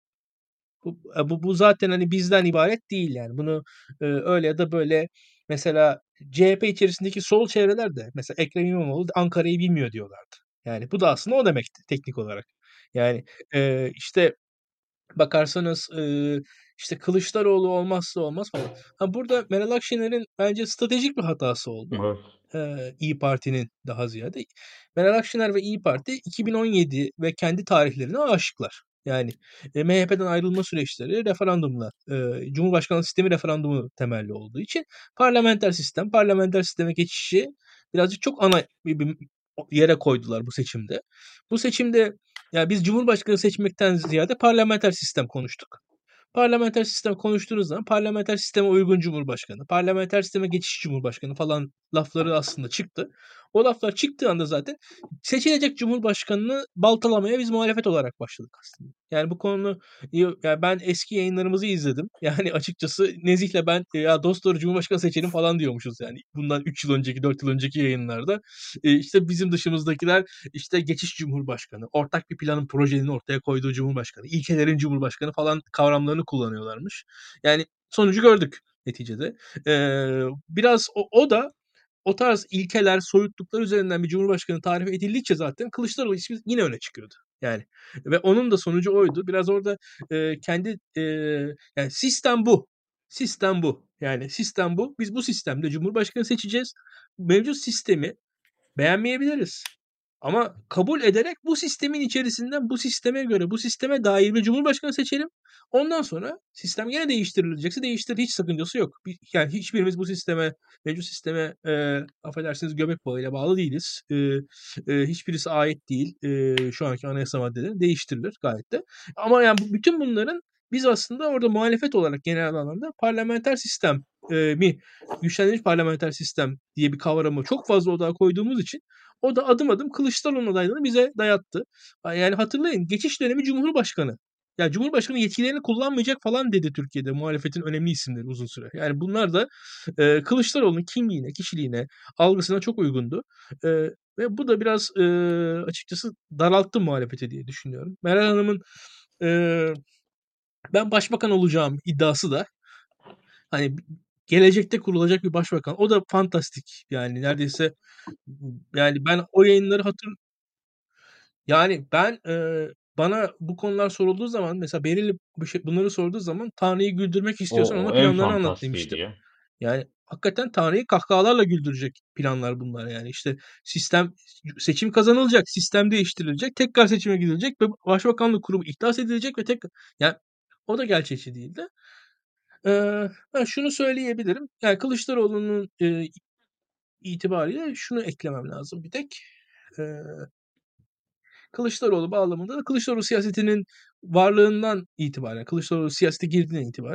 Bu, e, bu, bu zaten hani bizden ibaret değil yani. Bunu e, öyle ya da böyle mesela C H P içerisindeki sol çevreler de mesela Ekrem İmamoğlu Ankara'yı bilmiyor diyorlardı. Yani bu da aslında o demekti teknik olarak. Yani e, işte bakarsanız e, işte Kılıçdaroğlu olmazsa olmaz falan. Ha, burada Meral Akşener'in bence stratejik bir hatası oldu. Evet. Eee, İyi Parti'nin daha ziyade. Meral Akşener ve İyi Parti iki bin on yedi ve kendi tarihlerine aşıklar. Yani e, M H P'den ayrılma süreçleri referandumla, e, Cumhurbaşkanlığı sistemi referandumu temelli olduğu için parlamenter sistem, parlamenter sisteme geçişi birazcık çok ana bir, bir yere koydular bu seçimde. Bu seçimde ya biz Cumhurbaşkanı seçmekten ziyade parlamenter sistem konuştuk. Parlamenter sistem konuştuğunuz zaman parlamenter sisteme uygun cumhurbaşkanı, parlamenter sisteme geçiş cumhurbaşkanı falan lafları aslında çıktı. O laflar çıktığı anda zaten seçilecek cumhurbaşkanını baltalamaya biz muhalefet olarak başladık aslında. Yani bu konu yani ben eski yayınlarımızı izledim. Yani açıkçası Nezih'le ben ya dost doğru cumhurbaşkanı seçelim falan diyormuşuz yani. Bundan üç yıl önceki, dört yıl önceki yayınlarda. E, işte bizim dışımızdakiler işte geçiş cumhurbaşkanı, ortak bir planın projenin ortaya koyduğu cumhurbaşkanı, ilkelerin cumhurbaşkanı falan kavramlarını kullanıyorlarmış. Yani sonucu gördük neticede. Ee, biraz o, o da o tarz ilkeler, soyutluklar üzerinden bir cumhurbaşkanı tarif edildikçe zaten Kılıçdaroğlu ismi yine öne çıkıyordu. Yani ve onun da sonucu oydu. Biraz orada e, kendi e, yani sistem bu. Sistem bu. Yani sistem bu. Biz bu sistemde cumhurbaşkanı seçeceğiz. Mevcut sistemi beğenmeyebiliriz. Ama kabul ederek bu sistemin içerisinden bu sisteme göre, bu sisteme dair bir cumhurbaşkanı seçelim. Ondan sonra sistem yine değiştirilecekse değiştir. Hiç sakıncası yok. Bir- Yani hiçbirimiz bu sisteme, mevcut sisteme e, affedersiniz göbek bağıyla bağlı değiliz. E, e, hiçbirisi ait değil. E, şu anki anayasa maddeleri değiştirilir gayet de. Ama yani bu- bütün bunların biz aslında orada muhalefet olarak genel anlamda parlamenter sistem e, mi güçlendirilmiş parlamenter sistem diye bir kavramı çok fazla odağa koyduğumuz için o da adım adım Kılıçdaroğlu'nun adaylığını bize dayattı. Yani hatırlayın geçiş dönemi Cumhurbaşkanı. Ya Cumhurbaşkanı yetkilerini kullanmayacak falan dedi Türkiye'de muhalefetin önemli isimleri uzun süre. Yani bunlar da e, Kılıçdaroğlu'nun kimliğine, kişiliğine, algısına çok uygundu. E, ve bu da biraz e, açıkçası daralttı muhalefeti diye düşünüyorum. Meral Hanım'ın e, ben başbakan olacağım iddiası da hani gelecekte kurulacak bir başbakan. O da fantastik. Yani neredeyse yani ben o yayınları hatır yani ben e, bana bu konular sorulduğu zaman mesela Beril bu şey, bunları sorduğu zaman Tanrı'yı güldürmek istiyorsan O, ona o en planlarını anlat fantastiğiydi demiştim. ya. Yani hakikaten Tanrı'yı kahkahalarla güldürecek planlar bunlar yani. İşte sistem seçim kazanılacak, sistem değiştirilecek, tekrar seçime gidilecek ve başbakanlık kurumu ihdas edilecek ve tek yani o da gerçekçi değildi. Eee, ben şunu söyleyebilirim. Yani Kılıçdaroğlu'nun eee, itibariyle şunu eklemem lazım bir tek. Eee, Kılıçdaroğlu bağlamında da Kılıçdaroğlu siyasetinin varlığından itibaren, Kılıçdaroğlu siyasete girdiğinden itibaren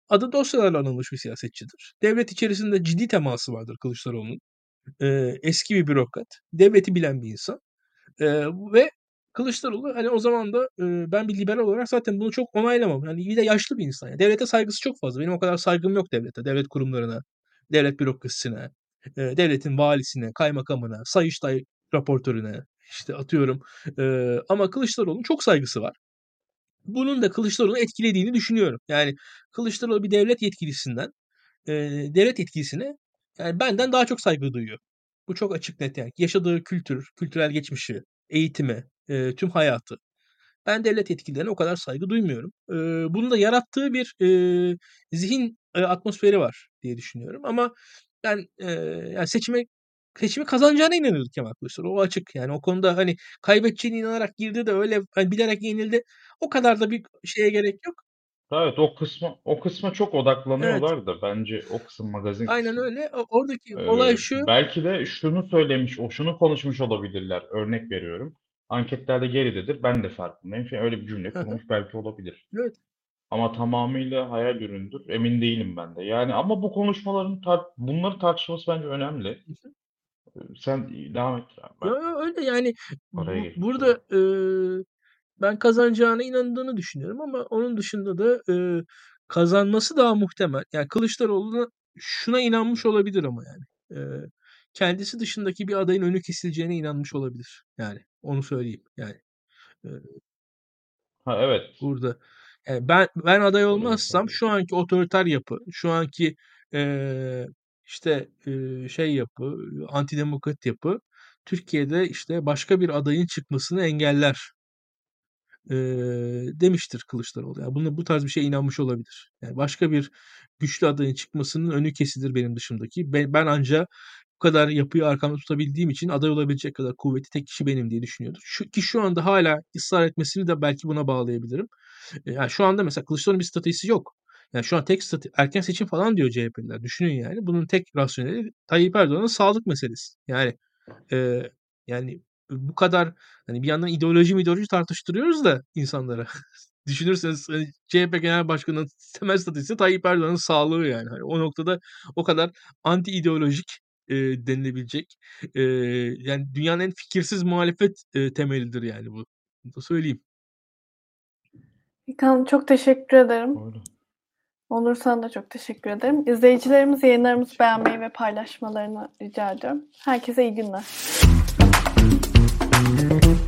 Adı dosyalarla anılmış bir siyasetçidir. Devlet içerisinde ciddi teması vardır Kılıçdaroğlu'nun. Ee, eski bir bürokrat. Devleti bilen bir insan. Ee, ve Kılıçdaroğlu hani o zaman da e, ben bir liberal olarak zaten bunu çok onaylamam. Yani bir de yaşlı bir insan. Yani devlete saygısı çok fazla. Benim o kadar saygım yok devlete, devlet kurumlarına, devlet bürokrasisine, e, devletin valisine, kaymakamına, Sayıştay raportörüne, işte atıyorum. E, ama Kılıçdaroğlu'nun çok saygısı var. Bunun da Kılıçdaroğlu'nu etkilediğini düşünüyorum. Yani Kılıçdaroğlu bir devlet yetkilisinden e, devlet yetkisine yani benden daha çok saygı duyuyor. Bu çok açık net yani. Yaşadığı kültür, kültürel geçmişi, eğitimi, e, tüm hayatı. Ben devlet yetkililerine o kadar saygı duymuyorum. E, bunun da yarattığı bir e, zihin e, atmosferi var diye düşünüyorum. Ama ben e, yani seçime seçimi kazanacağına inanıyordum Kemal Kılıçdaroğlu. O açık yani o konuda hani kaybedeceğine inanarak girdi de öyle hani bilerek yenildi. O kadar da bir şeye gerek yok. Evet, o kısma o kısma çok Evet. odaklanıyorlar da bence o kısım magazin Aynen kısmı. öyle. O- Oradaki olay Ee, şu. belki de şunu söylemiş, o şunu konuşmuş olabilirler. Örnek veriyorum. Anketlerde geridedir. Ben de farkındayım. Şey, öyle bir cümle Hı hı. kurmuş belki olabilir. Evet. Ama tamamıyla hayal üründür. Emin değilim ben de. Yani ama bu konuşmaların tar bunları tartışması bence önemli. Ee, Sen devam et abi. Ben Yo, yo, öyle yani araya bu, geçmiş burada olayım. e, ben kazanacağına inandığını düşünüyorum ama onun dışında da e, kazanması daha muhtemel. Yani Kılıçdaroğlu'na şuna inanmış olabilir ama yani. E, kendisi dışındaki bir adayın önü kesileceğine inanmış olabilir. Yani onu söyleyeyim. Yani e, Ha, evet. burada yani ben ben aday Öyle bir olmazsam ifade. şu anki otoriter yapı, şu anki e, işte e, şey yapı, antidemokrat yapı Türkiye'de işte başka bir adayın çıkmasını engeller e, demiştir Kılıçdaroğlu. Yani bunu bu tarz bir şeye inanmış olabilir. Yani başka bir güçlü adayın çıkmasının önü kesilir benim dışımdaki. Ben, ben anca bu kadar yapıyı arkamda tutabildiğim için aday olabilecek kadar kuvvetli tek kişi benim diye düşünüyordur. Şu, ki şu anda hala ısrar etmesini de belki buna bağlayabilirim. E, Yani şu anda mesela Kılıçdaroğlu'nun bir stratejisi yok. Yani şu an tek strate- erken seçim falan diyor C H P'liler. Düşünün yani. Bunun tek rasyoneli Tayyip Erdoğan'ın sağlık meselesi. Yani e, yani bu kadar hani bir yandan ideoloji ideoloji tartıştırıyoruz da insanlara. Düşünürseniz hani C H P Genel Başkanı'nın temel stratejisi Tayyip Erdoğan'ın sağlığı yani. Hani o noktada o kadar anti ideolojik e, denilebilecek e, yani dünyanın en fikirsiz muhalefet e, temelidir yani bu. Bunu da söyleyeyim. İlkan, çok teşekkür ederim. Öyle. Onur, sana da çok teşekkür ederim. İzleyicilerimiz yayınlarımızı Teşekkür beğenmeyi ve paylaşmalarını rica ediyorum. Herkese iyi günler.